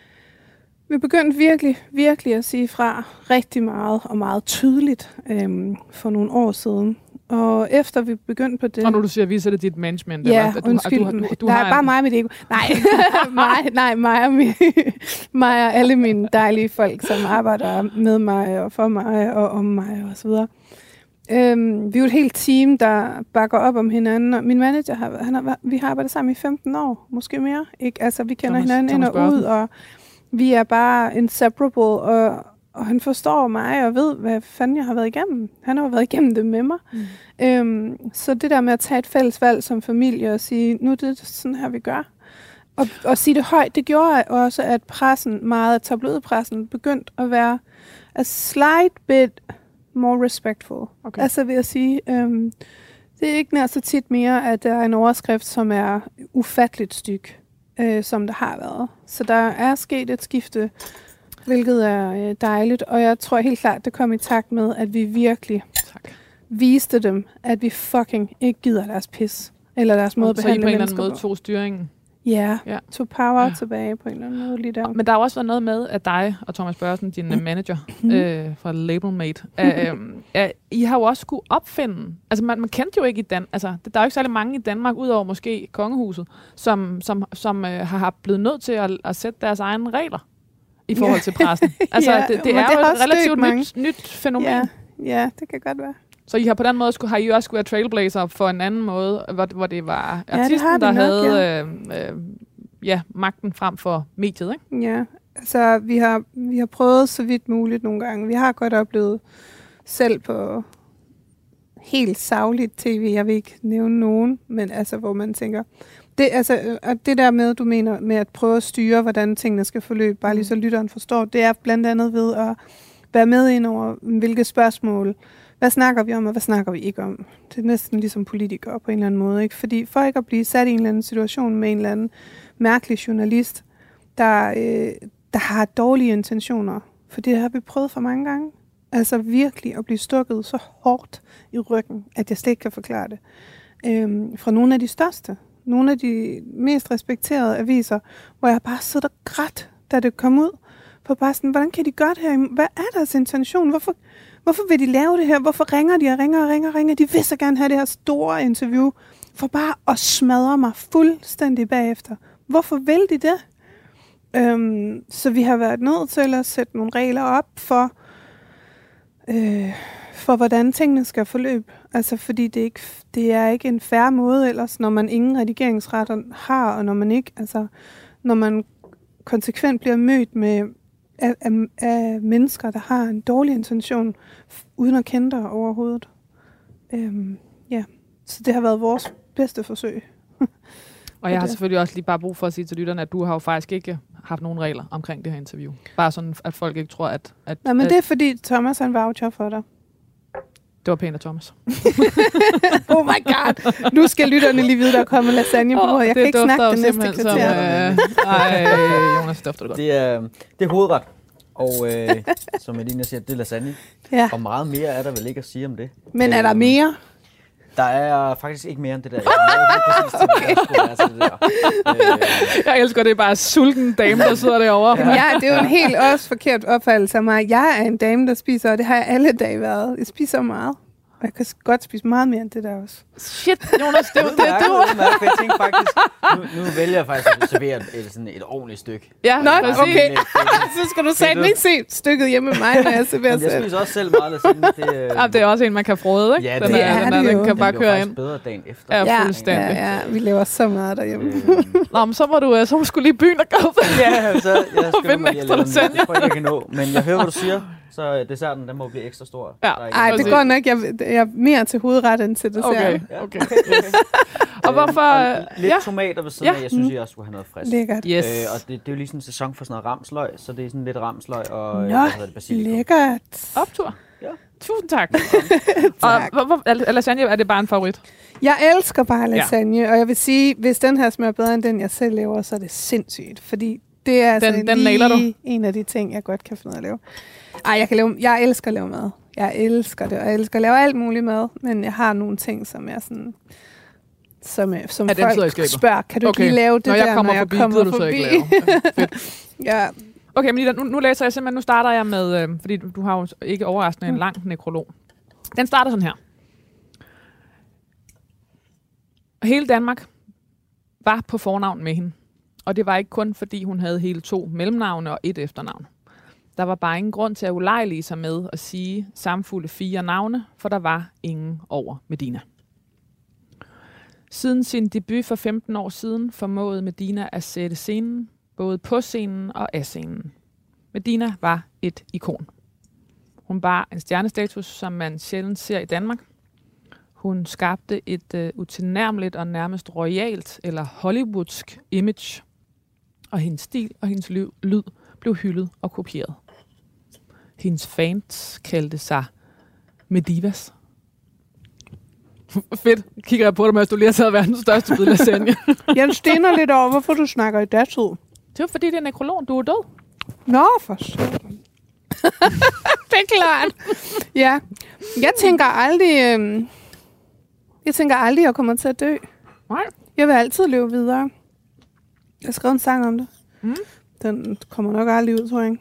S2: vi begyndte virkelig, virkelig at sige fra rigtig meget og meget tydeligt øhm, for nogle år siden. Og efter vi begyndte på det...
S1: Og når du siger, viser det dit management?
S2: Ja,
S1: eller, du,
S2: undskyld.
S1: Du, du, du, du
S2: nej,
S1: har
S2: bare
S1: en...
S2: mig og mit ego. Nej, mig, nej mig, og mi, mig og alle mine dejlige folk, som arbejder med mig og for mig og om mig og så videre. Øhm, vi er jo et helt team, der bakker op om hinanden. Og min manager, har, han har, vi har arbejdet sammen i femten år, måske mere. Ikke? Altså, vi kender
S1: Thomas,
S2: hinanden ind og ud, og vi er bare inseparable, og Og han forstår mig og ved, hvad fanden jeg har været igennem. Han har været igennem det med mig. Mm. Øhm, så det der med at tage et fælles valg som familie og sige, nu er det sådan her, vi gør. Og, og sige det højt, det gjorde også, at pressen, meget af tabloidpressen, begyndte at være a slight bit more respectful. Okay. Altså ved at sige, øhm, det er ikke nær så tit mere, at der er en overskrift, som er ufatteligt styk, øh, som der har været. Så der er sket et skifte, hvilket er øh, dejligt, og jeg tror helt klart, det kom i takt med, at vi virkelig tak. viste dem, at vi fucking ikke gider deres pis, eller deres måde at behandle mennesker på. Så I på en eller anden måde
S1: tog styringen?
S2: Ja, ja. tog power ja. tilbage på en eller anden måde lige der.
S1: Men der har også været noget med, at dig og Thomas Børsen, din mm. manager mm. øh, fra Labelmate, øh, øh, I har jo også skulle opfinde, altså man, man kendte jo ikke i Dan, altså der er jo ikke særlig mange i Danmark, udover måske Kongehuset, som, som, som øh, har blevet nødt til at, at sætte deres egne regler i forhold til pressen. Altså, ja, det, det er det jo et relativt nyt, nyt fænomen.
S2: Ja, ja, det kan godt være.
S1: Så I har på den måde, skulle, har I også skulle være trailblazer på en anden måde, hvor, hvor det var artisten,
S2: ja, det
S1: der
S2: nok,
S1: havde
S2: ja.
S1: Øh, øh, ja, magten frem for mediet, ikke?
S2: Ja, altså vi har, vi har prøvet så vidt muligt nogle gange. Vi har godt oplevet selv på helt sagligt tv, jeg vil ikke nævne nogen, men altså, hvor man tænker... Det, altså, det der med, du mener, med at prøve at styre, hvordan tingene skal forløbe, bare lige så lytteren forstår, det er blandt andet ved at være med ind over, hvilke spørgsmål, hvad snakker vi om, og hvad snakker vi ikke om. Det er næsten ligesom politikere på en eller anden måde, ikke? Fordi for ikke at blive sat i en eller anden situation med en eller anden mærkelig journalist, der, øh, der har dårlige intentioner, for det har vi prøvet for mange gange. Altså virkelig at blive stukket så hårdt i ryggen, at jeg slet ikke kan forklare det. Øhm, fra nogle af de største. Nogle af de mest respekterede aviser, hvor jeg bare sidder grædt, da det kom ud. For bare sådan, hvordan kan de gøre det her? Hvad er deres intention? Hvorfor, Hvorfor vil de lave det her? Hvorfor ringer de og ringer og ringer og ringer? De vil så gerne have det her store interview, for bare at smadre mig fuldstændig bagefter. Hvorfor vil de det? Øhm, så vi har været nødt til at sætte nogle regler op for, øh, for hvordan tingene skal forløbe. Altså, fordi det, ikke, det er ikke en fair måde ellers, når man ingen redigeringsretter har, og når man ikke, altså, når man konsekvent bliver mødt med af, af, af mennesker, der har en dårlig intention, uden at kende dig overhovedet. Øhm, ja, så det har været vores bedste forsøg.
S1: Og jeg har selvfølgelig også lige bare brug for at sige til lytterne, at du har jo faktisk ikke haft nogen regler omkring det her interview. Bare sådan, at folk ikke tror, at... at
S2: Nej, men
S1: at
S2: det er fordi Thomas er en voucher for dig.
S1: Det var pænt af Thomas.
S2: Oh my god. Nu skal lytterne lige vide, der er kommet lasagne på bordet. Jeg kan ikke snakke det næste kvarter.
S1: Som, øh, ej, Jonas, dufter det godt.
S3: Det er, det er hovedret. Og øh, som Elina siger, det er lasagne.
S2: Ja.
S3: Og meget mere er der vel ikke at sige om det.
S2: Men er der mere?
S3: Der er faktisk ikke mere end det der. Jeg, okay. det, altså det der.
S1: Øh. Jeg elsker det, bare sulten dame, der sidder derovre.
S2: Ja, ja, det er jo en helt også forkert opfattelse af mig. Jeg er en dame, der spiser, og det har jeg alle dage været. Jeg spiser meget. Og jeg kan godt spise meget mere end det der også.
S1: Shit, Jonas, det var det, det var.
S3: Jeg tænkte faktisk, nu, nu vælger jeg faktisk at servere et, sådan et ordentligt stykke.
S2: Ja, nå, okay. Så skal du satme ikke se stykket hjemme med mig, når jeg serverer selv.
S3: Jeg spiser også selv meget lasagne. Det, øh...
S1: ja, det er også en, man kan frode, ikke?
S3: Ja,
S1: den
S2: det er, er
S1: den,
S2: det
S1: den
S2: jo.
S1: kan bare
S3: den
S1: køre ind.
S3: bedre dagen efter.
S1: Ja, fuldstændig.
S2: Ja, ja, vi laver så meget derhjemme.
S3: Øh...
S1: Nå, men så må du så må skulle lige i byen og købe.
S3: Ja, så jeg skal
S1: finde ekstra lasagne.
S3: Jeg tror ikke, jeg kan nå. Men jeg hører, hvad du siger. Så desserten, den må blive ekstra stor.
S2: Ja. Ej, det går nok. Jeg, jeg er mere til hovedret end til dessert.
S1: Okay,
S3: ja.
S1: okay. okay. Og hvorfor...
S3: Og lidt
S1: ja.
S3: tomater ved siden
S1: ja.
S3: af. Jeg synes, jeg også skulle have noget frisk.
S2: Lækkert.
S1: Yes.
S3: Øh, og det, det er jo lige sådan en sæson for sådan noget ramsløg, så det er sådan lidt ramsløg og
S2: Nå,
S3: det, basilikum.
S2: Lækkert.
S1: Optur.
S3: Ja.
S1: Tusind tak. tak. Og hvor, hvor, er lasagne, er det bare en favorit?
S2: Jeg elsker bare lasagne, ja. Og jeg vil sige, hvis den her smager bedre end den, jeg selv laver, så er det sindssygt. Fordi det er altså
S1: den, den
S2: lige en af de ting, jeg godt kan finde ud af at lave. Ej, jeg, kan lave, jeg elsker at lave mad. Jeg elsker det, og jeg elsker at lave alt muligt mad. Men jeg har nogle ting, som er sådan... Som, som
S1: er
S2: folk spørger, kan du
S1: okay.
S2: ikke lige lave det
S1: når jeg
S2: der,
S1: kommer
S2: når jeg
S1: forbi,
S2: kommer
S1: du
S2: forbi?
S1: Så ikke lave. Okay,
S2: ja.
S1: Okay, men Ida, nu, nu læser jeg simpelthen, nu starter jeg med, øh, fordi du, du har jo ikke overraskende en lang nekrolog. Den starter sådan her. Hele Danmark var på fornavn med hende. Og det var ikke kun, fordi hun havde hele to mellemnavne og et efternavn. Der var bare ingen grund til at ulejlige sig med at sige samfulde fire navne, for der var ingen over Medina. Siden sin debut for femten år siden formåede Medina at sætte scenen, både på scenen og af scenen. Medina var et ikon. Hun bar en stjernestatus, som man sjældent ser i Danmark. Hun skabte et uh, utilnærmeligt og nærmest royalt eller hollywoodsk image, og hendes stil og hendes lyd, lyd blev hyldet og kopieret. Hendes fans kaldte sig Medivas. Fedt. Kigger jeg på dig, mens du lige har taget verdens største bid lasagne.
S2: Jeg stener lidt over, hvorfor du snakker i datid.
S1: Det er fordi, det er nekrolog. Du er død.
S2: Nå, for sådan. Det er klart. Ja. Jeg tænker aldrig... Øh, jeg tænker aldrig, jeg kommer til at dø.
S1: Nej.
S2: Jeg vil altid leve videre. Jeg har skrevet en sang om det.
S1: Mm.
S2: Den kommer nok aldrig ud, tror jeg.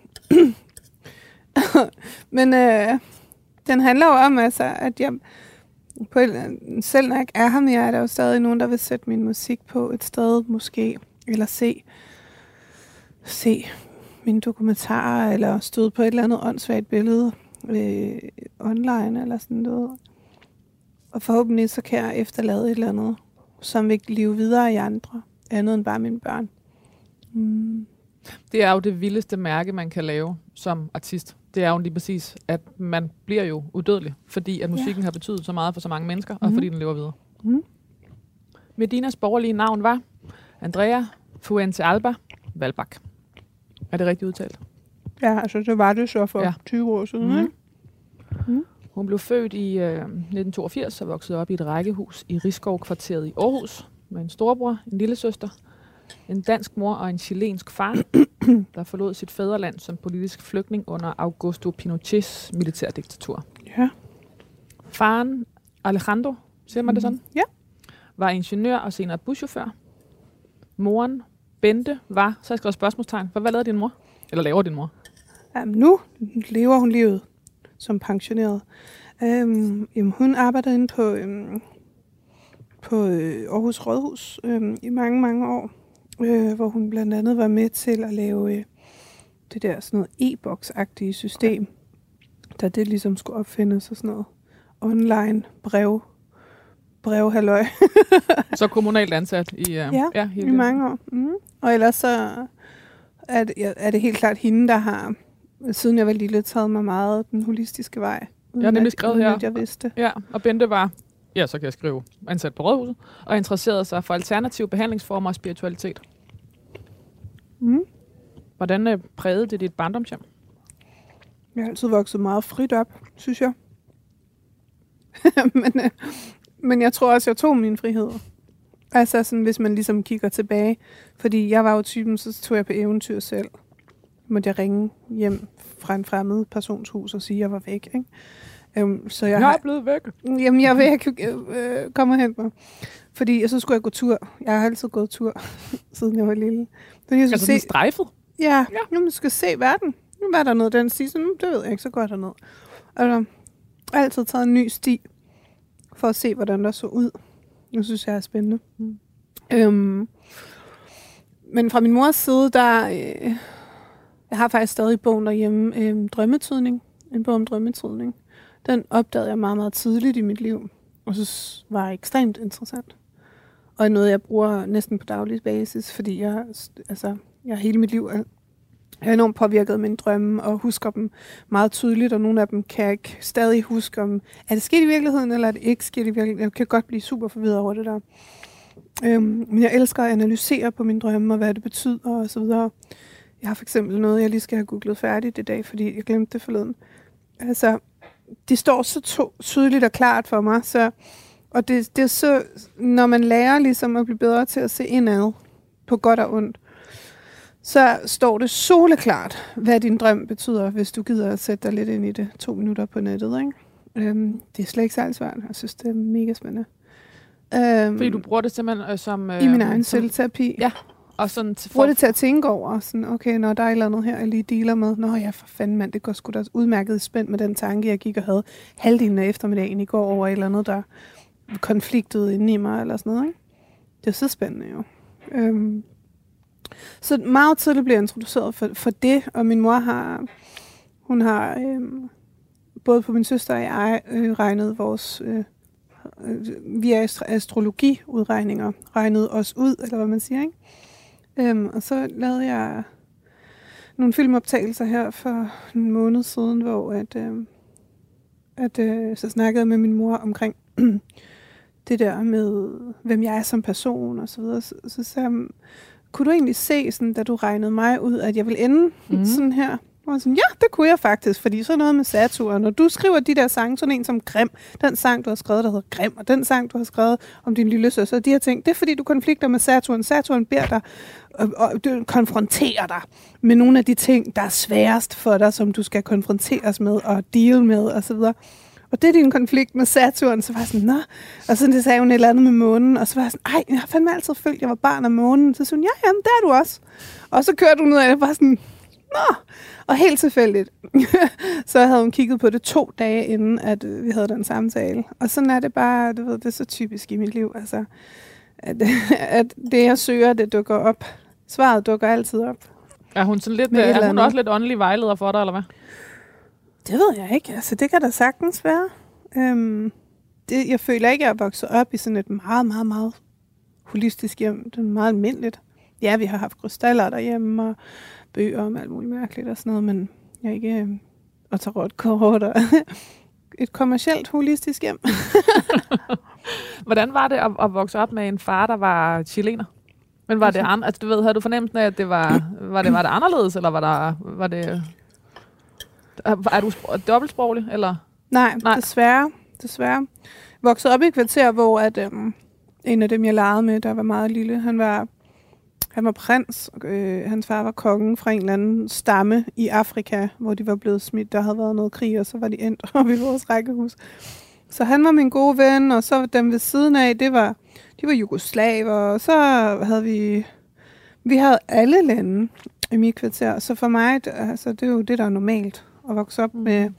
S2: Men øh, den handler jo om, altså, at jeg... På et, selv når jeg ikke er her mere, er der jo stadig nogen, der vil sætte min musik på et sted, måske. Eller se... Se mine dokumentarer, eller støde på et eller andet åndssvagt billede øh, online, eller sådan noget. Og forhåbentlig så kan jeg efterlade et eller andet, som vil leve videre i andre, andet end bare mine børn. Mm.
S1: Det er jo det vildeste mærke, man kan lave som artist. Det er jo lige præcis, at man bliver jo udødelig, fordi at musikken ja. har betydet så meget for så mange mennesker, og mm. fordi den lever videre.
S2: Mm.
S1: Medinas borgerlige navn var Andrea Fuentealba Valbak. Er det rigtigt udtalt?
S2: Ja, altså det var det så for ja. tyve år siden. Mm.
S1: Mm. Hun blev født i øh, nitten toogfirs og voksede op i et rækkehus i Rigskov-kvarteret i Aarhus med en storebror, en lillesøster, en dansk mor og en chilensk far, der forlod sit fædreland som politisk flygtning under Augusto Pinochets militærdiktatur.
S2: Ja.
S1: Faren, Alejandro, siger man det sådan?
S2: Ja.
S1: Var ingeniør og senere buschauffør. Moren, Bente, var, så jeg skrev spørgsmålstegn, for hvad lavede din mor? Eller laver din mor?
S2: Jamen nu lever hun livet som pensioneret. Øhm, jamen, hun arbejdede inde på, øhm, på øh, Aarhus Rådhus øhm, i mange, mange år, øh, hvor hun blandt andet var med til at lave øh, det der sådan noget e-boks-agtige system, da det ligesom skulle opfindes og sådan noget. Online brev, brevhalløj.
S1: Så kommunalt ansat i, uh,
S2: ja,
S1: ja, hele
S2: i mange år. Mm. Og ellers så er det, ja, er det helt klart hende, der har, siden jeg var lille, taget mig meget den holistiske vej.
S1: Jeg har nemlig skrevet her.
S2: Jeg vidste.
S1: Ja, og Bente var, ja, så kan jeg skrive, ansat på Rådhuset, og interesserede sig for alternative behandlingsformer og spiritualitet.
S2: Mm.
S1: Hvordan uh, prægede det dit barndomshjem?
S2: Jeg har altid vokset meget frit op, synes jeg. men, øh, men jeg tror også, jeg tog min frihed. Altså sådan, hvis man ligesom kigger tilbage. Fordi jeg var jo typen, så tog jeg på eventyr selv. Måtte jeg ringe hjem fra en fremmed persons hus og sige, at jeg var væk. Ikke? Um, så jeg,
S1: jeg
S2: har,
S1: er blevet væk.
S2: Jamen, jeg er væk. Øh, kom og hent mig. Fordi så skulle jeg gå tur. Jeg har altid gået tur, siden jeg var lille. Fordi jeg
S1: altså
S2: se,
S1: sådan strejfet?
S2: Ja, ja. Nu man skal se verden. Nu var der noget, den sti, så nu, det ved jeg ikke, så går der ned. Altså, jeg har altid taget en ny sti, for at se, hvordan der så ud. Nu synes jeg er spændende. Mm. Øhm, men fra min mors side, der... Øh, jeg har faktisk stadig bogen derhjemme, øh, Drømmetydning. En bog om drømmetydning. Den opdagede jeg meget, meget tidligt i mit liv, og så var ekstremt interessant. Og noget, jeg bruger næsten på daglig basis, fordi jeg, altså, jeg hele mit liv er, er enormt påvirket af mine drømme, og husker dem meget tydeligt, og nogle af dem kan jeg ikke stadig huske, om er det sket i virkeligheden, eller er det ikke sket i virkeligheden. Jeg kan godt blive super forvirret over det der. Øhm, men jeg elsker at analysere på mine drømme, og hvad det betyder, og så videre. Jeg har for eksempel noget, jeg lige skal have googlet færdigt i dag, fordi jeg glemte det forleden. Altså, de står så to, tydeligt og klart for mig, så, og det, det er så, når man lærer ligesom at blive bedre til at se indad, på godt og ondt, så står det soleklart, hvad din drøm betyder, hvis du gider at sætte dig lidt ind i det to minutter på nettet, ikke? Øhm, det er slet ikke særlig svært. Jeg synes, det er mega spændende. Øhm,
S1: Fordi du bruger det simpelthen øh, som... Øh,
S2: I min egen
S1: som,
S2: selvterapi.
S1: Ja. Og sådan til
S2: bruger det til at tænke over, sådan, okay, når der er et eller andet her, jeg lige dealer med, nå ja, for fanden mand, det går sgu da udmærket spændt med den tanke, jeg gik og havde halvdelen af eftermiddagen i går over et eller andet, der konfliktede inde i mig, eller sådan noget, ikke? Det er så spændende jo. Øhm. Så meget tidligt blev jeg introduceret for, for det, og min mor har, hun har øhm, både på min søster og jeg øh, regnet vores, øh, øh, via astrologiudregninger, regnet os ud, eller hvad man siger, ikke? Øhm, og så lavede jeg nogle filmoptagelser her for en måned siden, hvor at, øh, at øh, så snakkede jeg med min mor omkring det der med, hvem jeg er som person og så videre. Så, så sagde jeg, kunne du egentlig se, sådan, da du regnede mig ud, at jeg vil ende mm. sådan her? Og sådan, ja, det kunne jeg faktisk, fordi så noget med Saturn. Når du skriver de der sange, sådan en som Grim, den sang, du har skrevet, der hedder Grim, og den sang, du har skrevet om din lille søster, de her ting, det er fordi, du konflikter med Saturn. Saturn beder dig, og, og du konfronterer dig med nogle af de ting, der er sværest for dig, som du skal konfronteres med og deal med, og så videre. Og det er din konflikt med Saturn. Så var jeg sådan, nå. Og så det sagde hun et eller andet med månen. Og så var jeg sådan, ej, jeg har fandme altid følt, at jeg var barn af månen. Så sagde hun, ja, jamen, det er du også. Og så kørte hun ud af det, bare sådan, nå. Og helt tilfældigt, så havde hun kigget på det to dage inden, at øh, vi havde den samtale. Og sådan er det bare, du ved, det er så typisk i mit liv, altså, at, at det, jeg søger, det dukker op. Svaret dukker altid op.
S1: Er hun, sådan lidt, er hun også lidt åndelig vejleder for dig, eller hvad?
S2: Det ved jeg ikke. Altså, det kan da sagtens være. Øhm, det, jeg føler ikke, at jeg er vokset op i sådan et meget, meget, meget holistisk hjem. Det er meget almindeligt. Ja, vi har haft krystaller derhjemme, og bøger om alt muligt mærkeligt og sådan noget, men jeg er ikke... Øh, og tarotkort og et kommercielt holistisk hjem.
S1: Hvordan var det at, at vokse op med en far, der var chilener? Men var det an, altså, du ved, havde du fornemmelsen af, at det var, var det, var det anderledes, eller var der, var det... Er du dobbeltsproglig, eller?
S2: Nej, Nej, desværre. desværre. Voksede op i et kvarter, hvor at, øhm, en af dem, jeg legede med, der var meget lille, han var, han var prins. Øh, hans far var kongen fra en eller anden stamme i Afrika, hvor de var blevet smidt. Der havde været noget krig, og så var de endt op i vores rækkehus. Så han var min gode ven, og så dem ved siden af, det var, de var jugoslaver, og så havde vi, vi havde alle lande i mit kvarter. Så for mig, altså, det er jo det, der er normalt. At vokse op med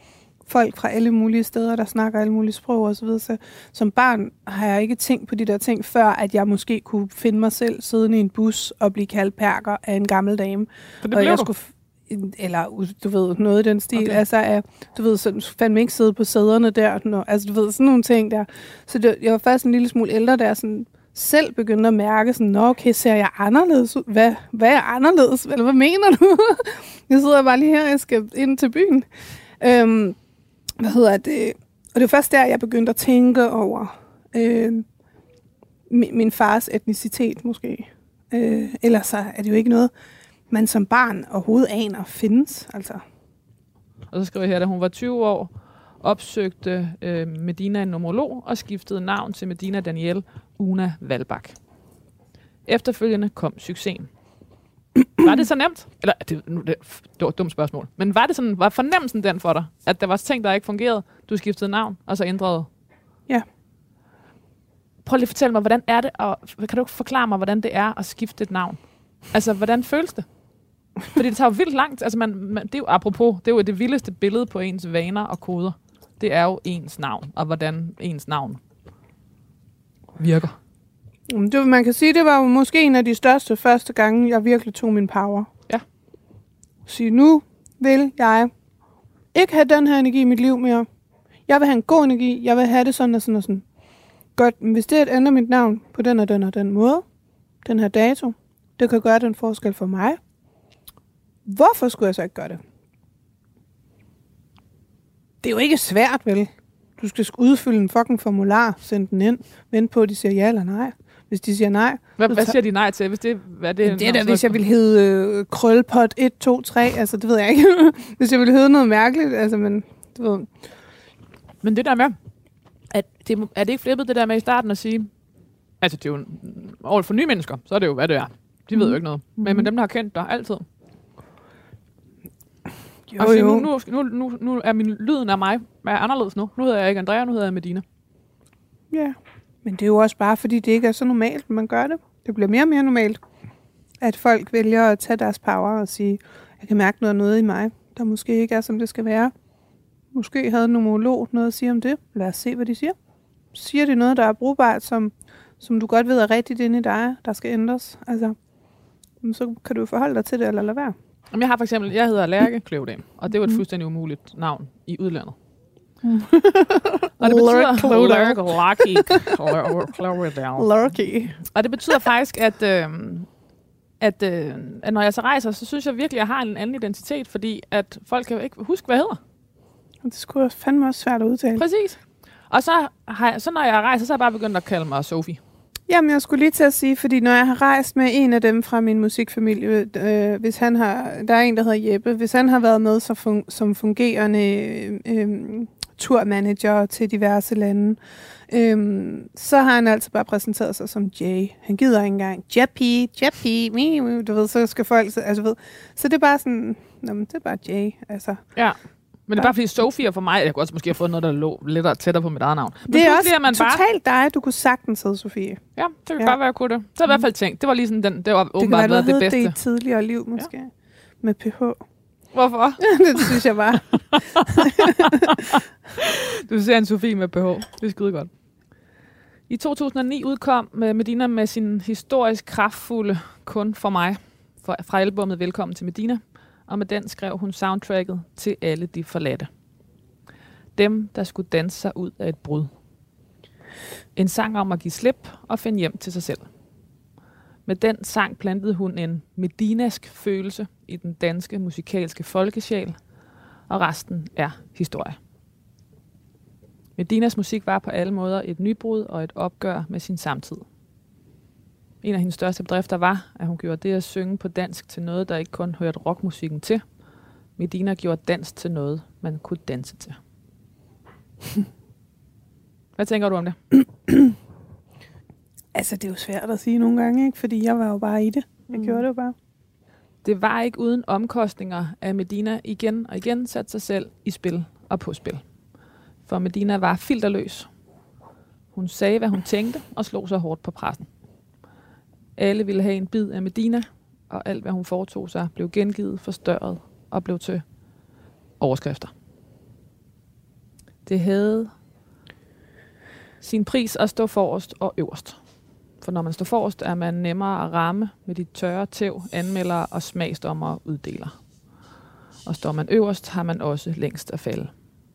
S2: folk fra alle mulige steder, der snakker alle mulige sprog og så videre. Så som barn har jeg ikke tænkt på de der ting, før at jeg måske kunne finde mig selv siddende i en bus og blive kaldt perker af en gammel dame.
S1: For det
S2: og
S1: blev
S2: jeg
S1: du?
S2: skulle eller du ved, noget i den stil.
S1: Okay.
S2: Okay. Altså, jeg, du ved, så fandme ikke sidde på sæderne der. Når, altså, du ved, sådan nogle ting der. Så det, jeg var først en lille smule ældre, der sådan selv begyndte at mærke sådan, nå, okay, ser jeg anderledes ud? Hvad, hvad er anderledes? Eller hvad mener du? Jeg sidder bare lige her, jeg skal ind til byen. Øhm, hvad hedder det? Og det var først der, jeg begyndte at tænke over øh, min, min fars etnicitet, måske. Øh, ellers så er det jo ikke noget, man som barn overhovedet aner findes. Altså.
S1: Og så skriver jeg her, da hun var tyve år, opsøgte øh, Medina en numerolog og skiftede navn til Medina Danielle Una Valbak. Efterfølgende kom succesen. Var det så nemt? Eller, det, nu, det, det var et dumt spørgsmål. Men var det sådan, var fornemmelsen den for dig, at der var ting, der ikke fungerede, du skiftede navn, og så ændrede?
S2: Ja.
S1: Prøv lige at fortælle mig, hvordan er det, og kan du forklare mig, hvordan det er at skifte et navn? Altså, hvordan føles det? Fordi det tager jo vildt langt. Altså, man, man, det er jo, apropos, det er jo det vildeste billede på ens vaner og koder. Det er jo ens navn, og hvordan ens navn virker.
S2: Det, man kan sige, det var jo måske en af de største første gange, jeg virkelig tog min power.
S1: Ja.
S2: Sige, nu vil jeg ikke have den her energi i mit liv mere. Jeg vil have en god energi. Jeg vil have det sådan og sådan og sådan. Godt, men hvis det er at ændre mit navn på den og den og den måde, den her dato, det kan gøre den forskel for mig. Hvorfor skulle jeg så ikke gøre det? Det er jo ikke svært, vel? Du skal udfylde en fucking formular, sende den ind, vente på, at de siger ja eller nej. Hvis de siger nej...
S1: Hvad, hvad siger de nej til? Hvis det, hvad det,
S2: det er da, hvis jeg ville hedde øh, krølpot et, to, tre, altså det ved jeg ikke. Hvis jeg ville hedde noget mærkeligt, altså men... Du ved.
S1: Men det der med, at det, er det ikke flippet det der med i starten at sige, altså det er jo over for nye mennesker, så er det jo, hvad det er. De ved jo ikke noget. Mm. Men, men dem, der har kendt dig altid.
S2: Jo,
S1: og sige,
S2: jo.
S1: Nu, nu, nu, nu er min lyden af mig er anderledes nu. Nu hedder jeg ikke Andrea, nu hedder jeg Medina.
S2: Ja, men det er jo også bare, fordi det ikke er så normalt, man gør det. Det bliver mere og mere normalt, at folk vælger at tage deres power og sige, jeg kan mærke noget, noget i mig, der måske ikke er, som det skal være. Måske havde en numerolog noget at sige om det. Lad os se, hvad de siger. Siger de noget, der er brugbart, som, som du godt ved er rigtigt inde i dig, der skal ændres? Altså, så kan du forholde dig til det, eller lade være.
S1: Jeg har for eksempel, jeg hedder Lærke Kløvedam, og det er jo et fuldstændig umuligt navn i udlandet. Mm. Og det betyder Lærke Kløvedam.
S2: Lærke.
S1: Og det betyder faktisk, at, øh, at, øh, at når jeg så rejser, så synes jeg virkelig, at jeg har en anden identitet, fordi at folk kan ikke huske, hvad jeg hedder.
S2: Det skulle fandme også svært at udtale.
S1: Præcis. Og så, har jeg, så når jeg rejser, så har jeg bare begyndt at kalde mig Sofie.
S2: Jamen, jeg skulle lige til at sige, fordi når jeg har rejst med en af dem fra min musikfamilie, øh, hvis han har, der er en, der hedder Jeppe, hvis han har været med så fun, som fungerende øh, turmanager til diverse lande, øh, så har han altså bare præsenteret sig som Jay. Han gider ikke engang, Jeppy, Jeppy, me, du ved, så skal folk, altså ved, så det er bare sådan, nå, men det er bare Jay, altså.
S1: Ja. Men det er bare fordi Sofie for mig, jeg kunne også måske have fået noget, der lå lidt tættere på mit eget navn. Men
S2: det er også
S1: man
S2: totalt
S1: bare...
S2: dig, du kunne sagtens hedde Sofie.
S1: Ja, det kan
S2: ja.
S1: godt være, jeg kunne det. Det har jeg i hvert fald tænkt. Det var lige sådan den, det var
S2: det
S1: åbenbart været det bedste.
S2: Det kan være, det i tidligere liv måske, ja. Med P H.
S1: Hvorfor?
S2: Det synes jeg bare.
S1: Du ser en Sofie med P H. Det er skide godt. I to tusind og ni udkom Medina med sin historisk kraftfulde Kun for mig fra albumet Velkommen til Medina. Og med den skrev hun soundtracket til Alle de forladte. Dem, der skulle danse sig ud af et brud. En sang om at give slip og finde hjem til sig selv. Med den sang plantede hun en medinask følelse i den danske musikalske folkesjæl, og resten er historie. Medinas musik var på alle måder et nybrud og et opgør med sin samtid. En af hendes største bedrifter var, at hun gjorde det at synge på dansk til noget, der ikke kun hørte rockmusikken til. Medina gjorde dans til noget, man kunne danse til. Hvad tænker du om det?
S2: Altså, det er jo svært at sige nogle gange, ikke? Fordi jeg var jo bare i det. Jeg mm. gjorde det jo bare.
S1: Det var ikke uden omkostninger, at Medina igen og igen satte sig selv i spil og på spil. For Medina var filterløs. Hun sagde, hvad hun tænkte, og slog sig hårdt på pressen. Alle ville have en bid af Medina, og alt, hvad hun foretog sig, blev gengivet, forstørret og blev til overskrifter. Det havde sin pris at stå forrest og øverst. For når man står forrest, er man nemmere at ramme med de tørre tæv, anmeldere og smagsdommere uddeler. Og står man øverst, har man også længst at falde.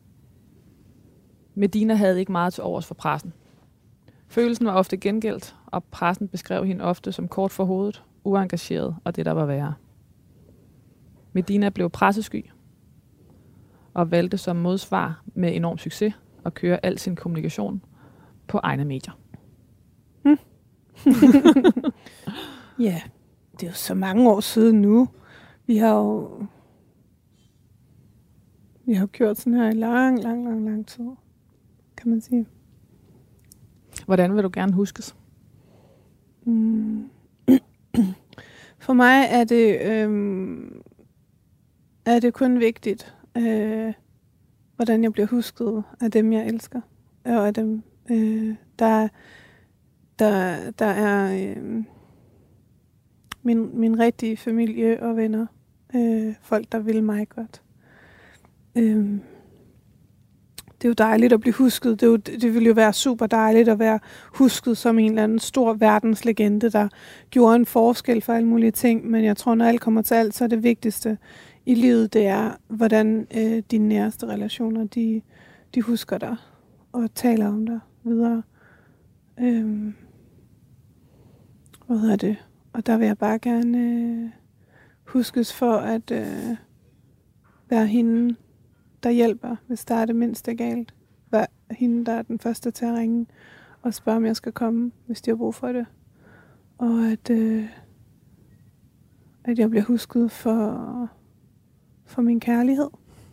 S1: Medina havde ikke meget til overs for pressen. Følelsen var ofte gengældt, og pressen beskrev hende ofte som kort for hovedet, uengageret og det, der var værre. Medina blev pressesky og valgte som modsvar med enorm succes at køre al sin kommunikation på egne medier.
S2: Hmm. Ja, det er jo så mange år siden nu. Vi har jo, vi har jo gjort sådan her i lang, lang, lang, lang tid, kan man sige.
S1: Hvordan vil du gerne huskes?
S2: Mm. For mig er det, øhm, er det kun vigtigt, øh, hvordan jeg bliver husket af dem, jeg elsker. Og af dem, øh, der, der, der er øh, min, min rigtige familie og venner. Øh, folk, der vil mig godt. Øh, Det er jo dejligt at blive husket. Det, er jo, det ville jo være super dejligt at være husket som en eller anden stor verdenslegende, der gjorde en forskel for alle mulige ting. Men jeg tror, når alt kommer til alt, så er det vigtigste i livet, det er, hvordan øh, dine næreste relationer, de, de husker dig og taler om dig videre. Øhm, hvad hedder det? Og der vil jeg bare gerne øh, huskes for at øh, være hende, der hjælper, hvis der er det mindste galt. Vær hende, der er den første til at ringe og spørge, om jeg skal komme, hvis de har brug for det. Og at, øh, at jeg bliver husket for, for min kærlighed.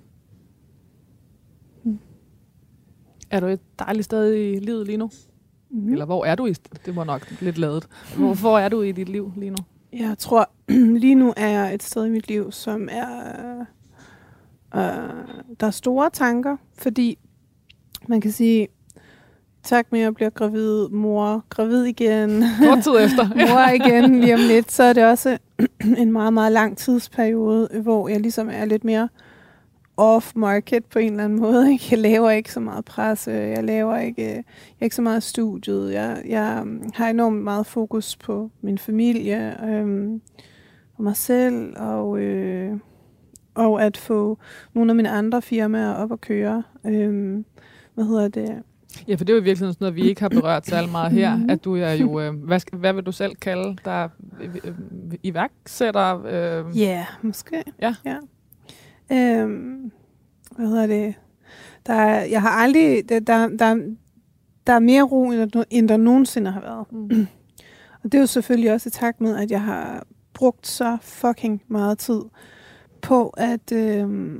S2: Hmm.
S1: Er du et dejligt sted i livet lige nu? Mm-hmm. Eller hvor er du i? Det var nok lidt ladet. Hvor, hvor er du i dit liv lige nu?
S2: Jeg tror, lige nu er jeg et sted i mit liv, som er... Uh, der er store tanker, fordi man kan sige, tak med at jeg bliver gravid, mor, gravid igen,
S1: kort tid efter,
S2: mor igen lige om lidt, så er det også en meget, meget lang tidsperiode, hvor jeg ligesom er lidt mere off-market på en eller anden måde. Ikke? Jeg laver ikke så meget presse, jeg laver ikke, jeg er ikke så meget studiet, jeg, jeg har enormt meget fokus på min familie, øhm, og mig selv, og... Øh, og at få nogle af mine andre firmaer op at køre. Øhm, hvad hedder det?
S1: Ja, for det er jo i virkeligheden sådan noget, vi ikke har berørt særlig meget her. At du er jo, øh, hvad, hvad vil du selv kalde dig? Øh, iværksætter? Øh.
S2: Ja, yeah, måske.
S1: Ja.
S2: ja. Øhm, hvad hedder det? Der er, jeg har aldrig... Der, der, der, der er mere ro, end der, end der nogensinde har været. Mm. Og det er jo selvfølgelig også i takt med, at jeg har brugt så fucking meget tid på at, øh,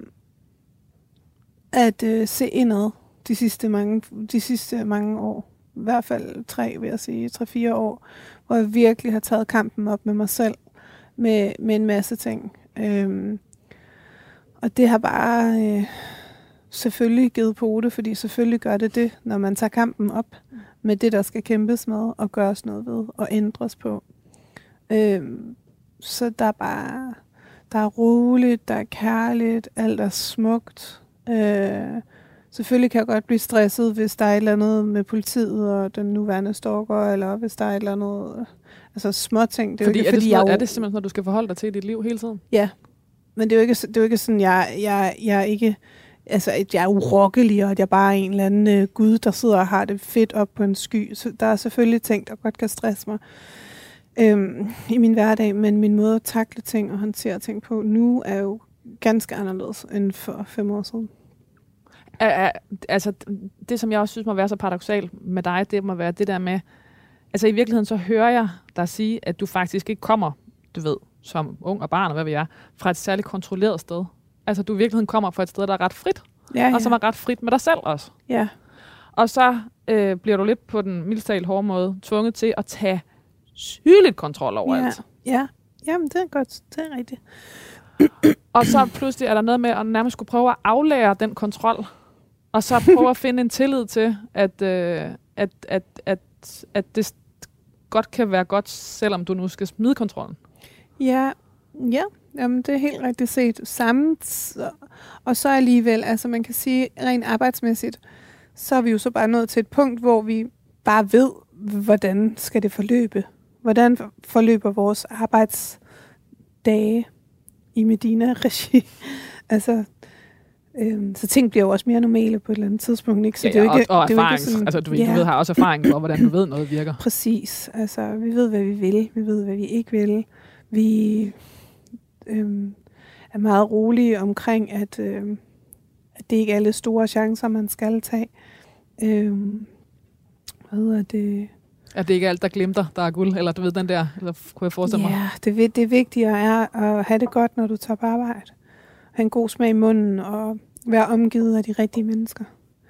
S2: at øh, se indad de sidste, mange, de sidste mange år. I hvert fald tre, vil jeg sige, tre-fire år, hvor jeg virkelig har taget kampen op med mig selv, med, med en masse ting. Øhm, og det har bare øh, selvfølgelig givet på det, fordi selvfølgelig gør det det, når man tager kampen op med det, der skal kæmpes med, og gøres noget ved, og ændres på. Øhm, så der er bare... Der er roligt, der er kærligt, alt er smukt. Øh, selvfølgelig kan jeg godt blive stresset, hvis der er et eller andet med politiet og den nuværende stalker, eller hvis der er et eller andet, altså små ting. Det er,
S1: fordi,
S2: ikke,
S1: er, det
S2: fordi
S1: noget,
S2: jeg,
S1: er det simpelthen, når du skal forholde dig til i dit liv hele tiden?
S2: Ja, men det er jo ikke, det er jo ikke sådan, jeg, jeg, jeg er ikke, altså jeg er urokkelig, og at jeg bare er en eller anden uh, gud, der sidder og har det fedt op på en sky. Så der er selvfølgelig ting, der godt kan stresse mig. Øhm, i min hverdag, men min måde at takle ting og håndtere ting på nu er jo ganske anderledes end for fem år siden.
S1: Er, er, altså, det, som jeg også synes må være så paradoksalt med dig, det må være det der med, altså i virkeligheden så hører jeg dig sige, at du faktisk ikke kommer, du ved, som ung og barn, og hvad ved jeg, fra et særligt kontrolleret sted. Altså du i virkeligheden kommer fra et sted, der er ret frit,
S2: ja, ja.
S1: og som er ret frit med dig selv også.
S2: Ja.
S1: Og så øh, bliver du lidt på den mildest talt hårde måde tvunget til at tage sygeligt kontrol over
S2: ja.
S1: alt.
S2: Ja, jamen det er godt, det er rigtigt.
S1: Og så pludselig er der noget med at nærmest skulle prøve at aflære den kontrol, og så prøve at finde en tillid til, at, øh, at, at, at, at det godt kan være godt, selvom du nu skal smide kontrollen.
S2: Ja, Ja, jamen, det er helt rigtigt set. Samme, og så alligevel, altså man kan sige, rent arbejdsmæssigt, så er vi jo så bare nået til et punkt, hvor vi bare ved, hvordan skal det forløbe. Hvordan forløber vores arbejdsdage i Medina-regi. altså, øhm, så ting bliver jo også mere normale på et eller andet tidspunkt. Ikke? Så
S1: ja,
S2: det er jo ikke,
S1: og, og
S2: det er jo
S1: erfaring.
S2: ikke sådan,
S1: altså, du, ved,
S2: ja.
S1: du ved, har også erfaring for, hvordan du ved, noget virker.
S2: Præcis. Altså, vi ved, hvad vi vil. Vi ved, hvad vi ikke vil. Vi øhm, er meget rolige omkring, at, øhm, at det ikke er alle store chancer, man skal tage. Øhm, hvad hedder det?
S1: At det ikke er alt, der glimter, der er guld, eller du ved, den der, eller kunne jeg forestille mig?
S2: Ja, det, det vigtige er at have det godt, når du tager på arbejde. Have en god smag i munden, og være omgivet af de rigtige mennesker.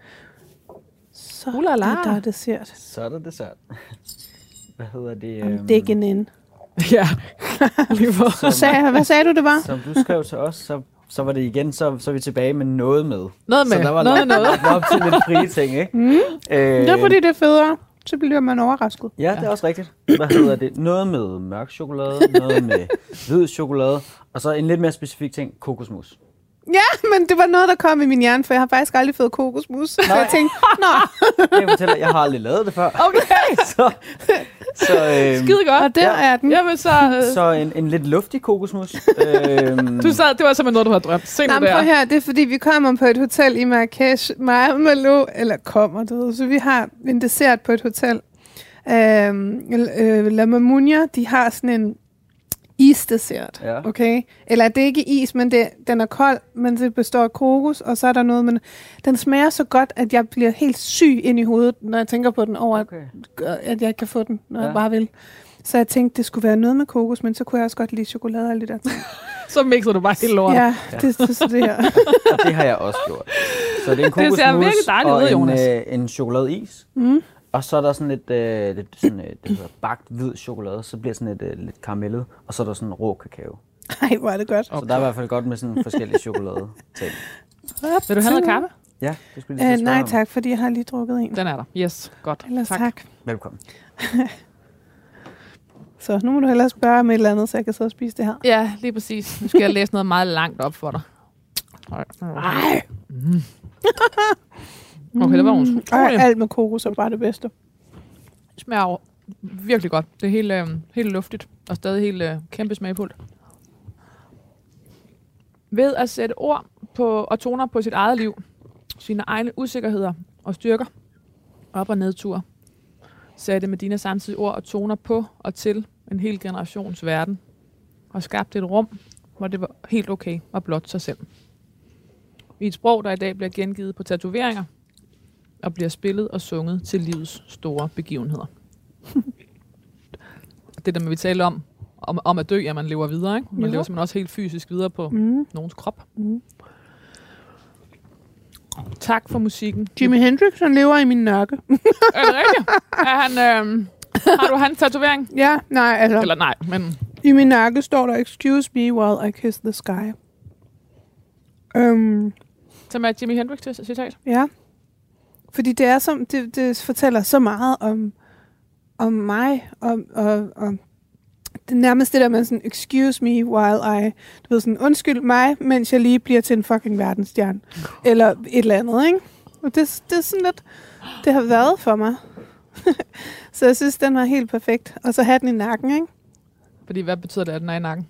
S2: Så
S1: Ulala.
S2: er der dessert.
S3: Så er der dessert. Hvad hedder det?
S2: I'm
S3: øhm,
S2: digging in.
S1: Ja.
S2: Hvad sagde, hvad sagde du, det var?
S3: Som du skrev til os, så, så var det igen, så, så er vi tilbage med noget med.
S1: Noget med,
S3: så der var
S1: noget
S3: lagt,
S1: med noget.
S3: lagt op til lidt frie ting, ikke?
S2: Mm.
S3: Øh,
S2: Det er fordi, det er federe. Så bliver man overrasket.
S3: Ja, det er også rigtigt. Hvad hedder det? Noget med mørk chokolade, noget med hvid chokolade, og så en lidt mere specifik ting, kokosmus.
S2: Ja, men det var noget, der kom i min hjerne, for jeg har faktisk aldrig fået kokosmus. Så jeg tænkte, nå.
S3: Jeg fortæller, jeg har aldrig lavet det før.
S1: Okay.
S3: så, så, øhm,
S1: Skide godt.
S2: Og der
S3: Ja.
S2: er den.
S1: Jamen så... Øh,
S3: så en, en lidt luftig kokosmus. øhm,
S1: du sad, det var simpelthen noget, du har drømt. Se nu
S2: Nå, men prøv
S1: der.
S2: her, det er fordi, vi kommer på et hotel i Marrakesh. Mig og Malou, eller kommer, du ved. Så vi har en dessert på et hotel. Øhm, øh, La Mamounia, de har sådan en isdessert,
S3: Ja.
S2: okay? Eller det er ikke is, men det, den er kold, men det består af kokos, og så er der noget, men den smager så godt, at jeg bliver helt syg ind i hovedet, når jeg tænker på den over,
S3: okay.
S2: at jeg kan få den, når ja.
S3: Ja.
S2: jeg bare vil. Så jeg tænkte, det skulle være noget med kokos, men så kunne jeg også godt lide chokolade og alle de der ting.
S1: Så mixer du bare helt lortet.
S2: Ja, det, det, det, det her.
S3: Og det har jeg også gjort. Så det er en
S1: Det ser
S3: kokosmus
S1: virkelig dejligt ud,
S3: og en,
S1: Jonas.
S3: øh, en chokoladeis.
S2: Mm.
S3: Og så er der sådan lidt, øh, lidt sådan, øh, det hedder bagt hvid chokolade, så bliver sådan lidt, øh, lidt karamellet, og så er der sådan rå kakao.
S2: Ej, hvor er det godt.
S3: Okay. Så der er i hvert fald godt med sådan forskellige chokolade ting.
S1: Vil du have noget kaffe?
S3: Ja, det skulle jeg lige
S2: Uh,
S3: spørge
S2: nej
S3: om.
S2: tak, fordi jeg har lige drukket en.
S1: Den er der. Yes, godt.
S2: Ellers tak.
S1: tak.
S2: tak.
S3: Velkommen.
S2: Så nu må du hellere spørge om et eller andet, så jeg kan sidde og spise det her.
S1: Ja, lige præcis. Nu skal jeg læse noget meget langt op for dig.
S2: Nej.
S1: Mm. Okay, det var hun.
S2: Ej, alt med kokos er bare det bedste.
S1: Det smager jo virkelig godt. Det er helt, øh, helt luftigt og stadig helt øh, kæmpe smagfuldt. Ved at sætte ord på og toner på sit eget liv, sine egne usikkerheder og styrker, op- og nedtur, satte Medina samtidig ord og toner på og til en hel generations verden, og skabte et rum, hvor det var helt okay og blot sig selv. I et sprog, der i dag bliver gengivet på tatoveringer, og bliver spillet og sunget til livets store begivenheder. Det der, man vi taler om, om, om at dø, at man lever videre, ikke? Man
S2: Jo.
S1: lever simpelthen også helt fysisk videre på
S2: Mm.
S1: nogens krop.
S2: Mm.
S1: Tak for musikken.
S2: Jimi Hendrix, han lever i min nakke.
S1: Er det rigtigt? Er han, øh, har du hans tatovering?
S2: Ja, nej, altså.
S1: Eller nej, men...
S2: I min nakke står der, excuse me while I kiss the sky. Um,
S1: Som er et Jimi Hendrix-citat.
S2: ja. Fordi det er som, det, det fortæller så meget om, om mig, og, og, og det er nærmest det der med sådan, excuse me while I, du ved sådan, undskyld mig, mens jeg lige bliver til en fucking verdensstjerne. Eller et eller andet, ikke? Og det, det er sådan lidt, det har været for mig. Så jeg synes, den var helt perfekt. Og så have den i nakken, ikke?
S1: Fordi hvad betyder det, at den er i nakken?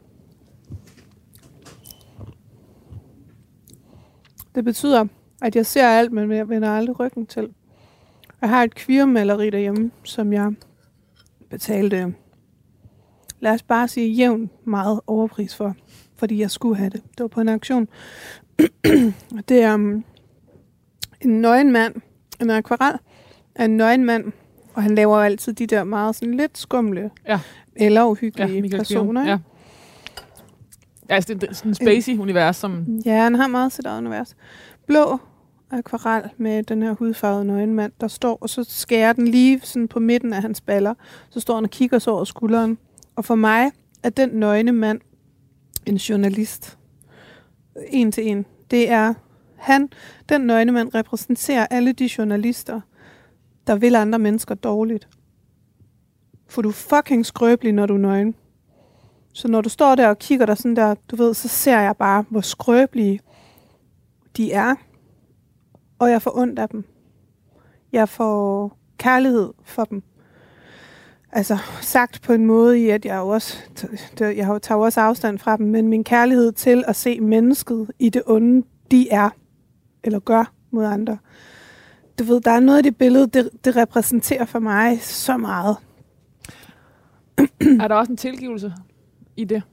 S2: Det betyder, at jeg ser alt, men jeg vender aldrig ryggen til. Jeg har et queer-maleri derhjemme, som jeg betalte, lad os bare sige, jævn meget overpris for, fordi jeg skulle have det. Det var på en auktion. Det er um, en nøgen mand, en akvarel af en nøgen mand, og han laver altid de der meget sådan lidt skumle,
S1: Ja.
S2: eller uhyggelige
S1: Michael
S2: personer.
S1: Kvium. Ja. Ja, altså, det er sådan en spacey-univers, som...
S2: Ja, han har meget sit eget univers. Blå akvarel med den her hudfarvede nøgenmand, der står, og så skærer den lige sådan på midten af hans baller. Så står han og kigger så over skulderen. Og for mig er den nøgne mand en journalist. En til en. Det er han, den nøgne mand, repræsenterer alle de journalister, der vil andre mennesker dårligt. For du er fucking skrøbelig, når du er nøgen. Så når du står der og kigger der sådan der, du ved, så ser jeg bare, hvor skrøbelige de er. Og jeg får ondt af dem. Jeg får kærlighed for dem. Altså sagt på en måde i, at jeg jo også, jeg tager også afstand fra dem, men min kærlighed til at se mennesket i det onde, de er, eller gør mod andre. Du ved, der er noget i det billede, det, det repræsenterer for mig så meget.
S1: Er der også en tilgivelse i det?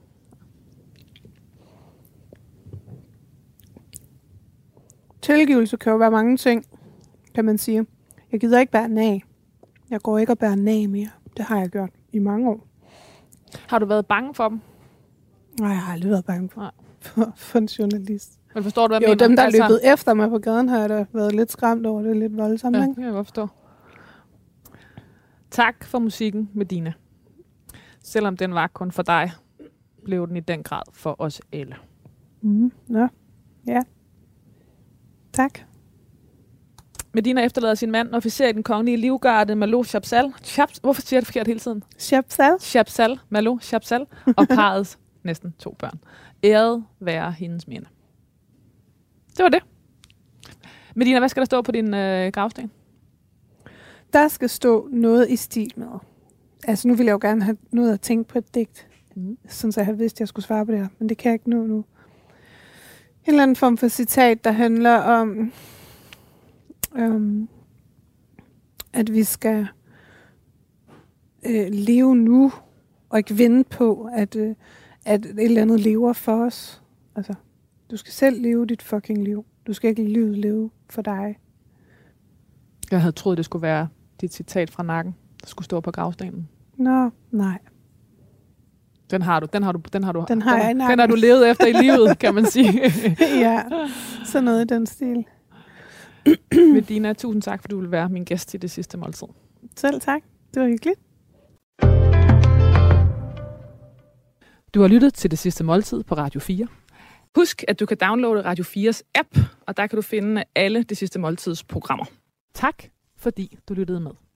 S2: Tilgivelse kan jo være mange ting, kan man sige. Jeg gider ikke bære nag. Jeg går ikke og bærer nag mere. Det har jeg gjort i mange år.
S1: Har du været bange for dem?
S2: Nej, jeg har aldrig været bange for, for, for en journalist.
S1: Men forstår du, hvad
S2: jo,
S1: mener?
S2: dem, der
S1: altså...
S2: løbet efter mig på gaden, har jeg da været lidt skræmt over. Det er lidt voldsomt,
S1: ja,
S2: ikke?
S1: det kan jeg godt forstå. Tak for musikken, Medina. Selvom den var kun for dig, blev den i den grad for os alle.
S2: Mm, ja. ja. Tak.
S1: Medina efterlader sin mand, officer i den kongelige livgarde, Malo Chapsal. Chaps, hvorfor siger jeg det forkert hele tiden?
S2: Chapsal.
S1: Chapsal, Malo Chapsal, og parrets næsten to børn. Æret være hendes minde. Det var det. Medina, hvad skal der stå på din øh, gravsten?
S2: Der skal stå noget i stil med. Altså nu vil jeg jo gerne have noget at tænke på et digt. Mm. Sådan så jeg havde vidst, at jeg skulle svare på det her. Men det kan jeg ikke nå nu. En eller anden form for citat, der handler om, um, at vi skal øh, leve nu, og ikke vente på, at, øh, at et eller andet lever for os. Altså, du skal selv leve dit fucking liv. Du skal ikke livet leve for dig.
S1: Jeg havde troet, det skulle være dit citat fra nakken, der skulle stå på gravstenen.
S2: Nå, nej.
S1: Den har du, den har du, den har du,
S2: den har,
S1: den,
S2: jeg
S1: den har du levet efter i livet, kan man sige.
S2: Ja, sådan noget i den stil.
S1: Medina, tusind tak, for du vil være min gæst i Det Sidste Måltid.
S2: Selv tak. Det var hyggeligt.
S1: Du har lyttet til Det Sidste Måltid på Radio fire. Husk, at du kan downloade Radio fires app, og der kan du finde alle Det Sidste Måltids programmer. Tak, fordi du lyttede med.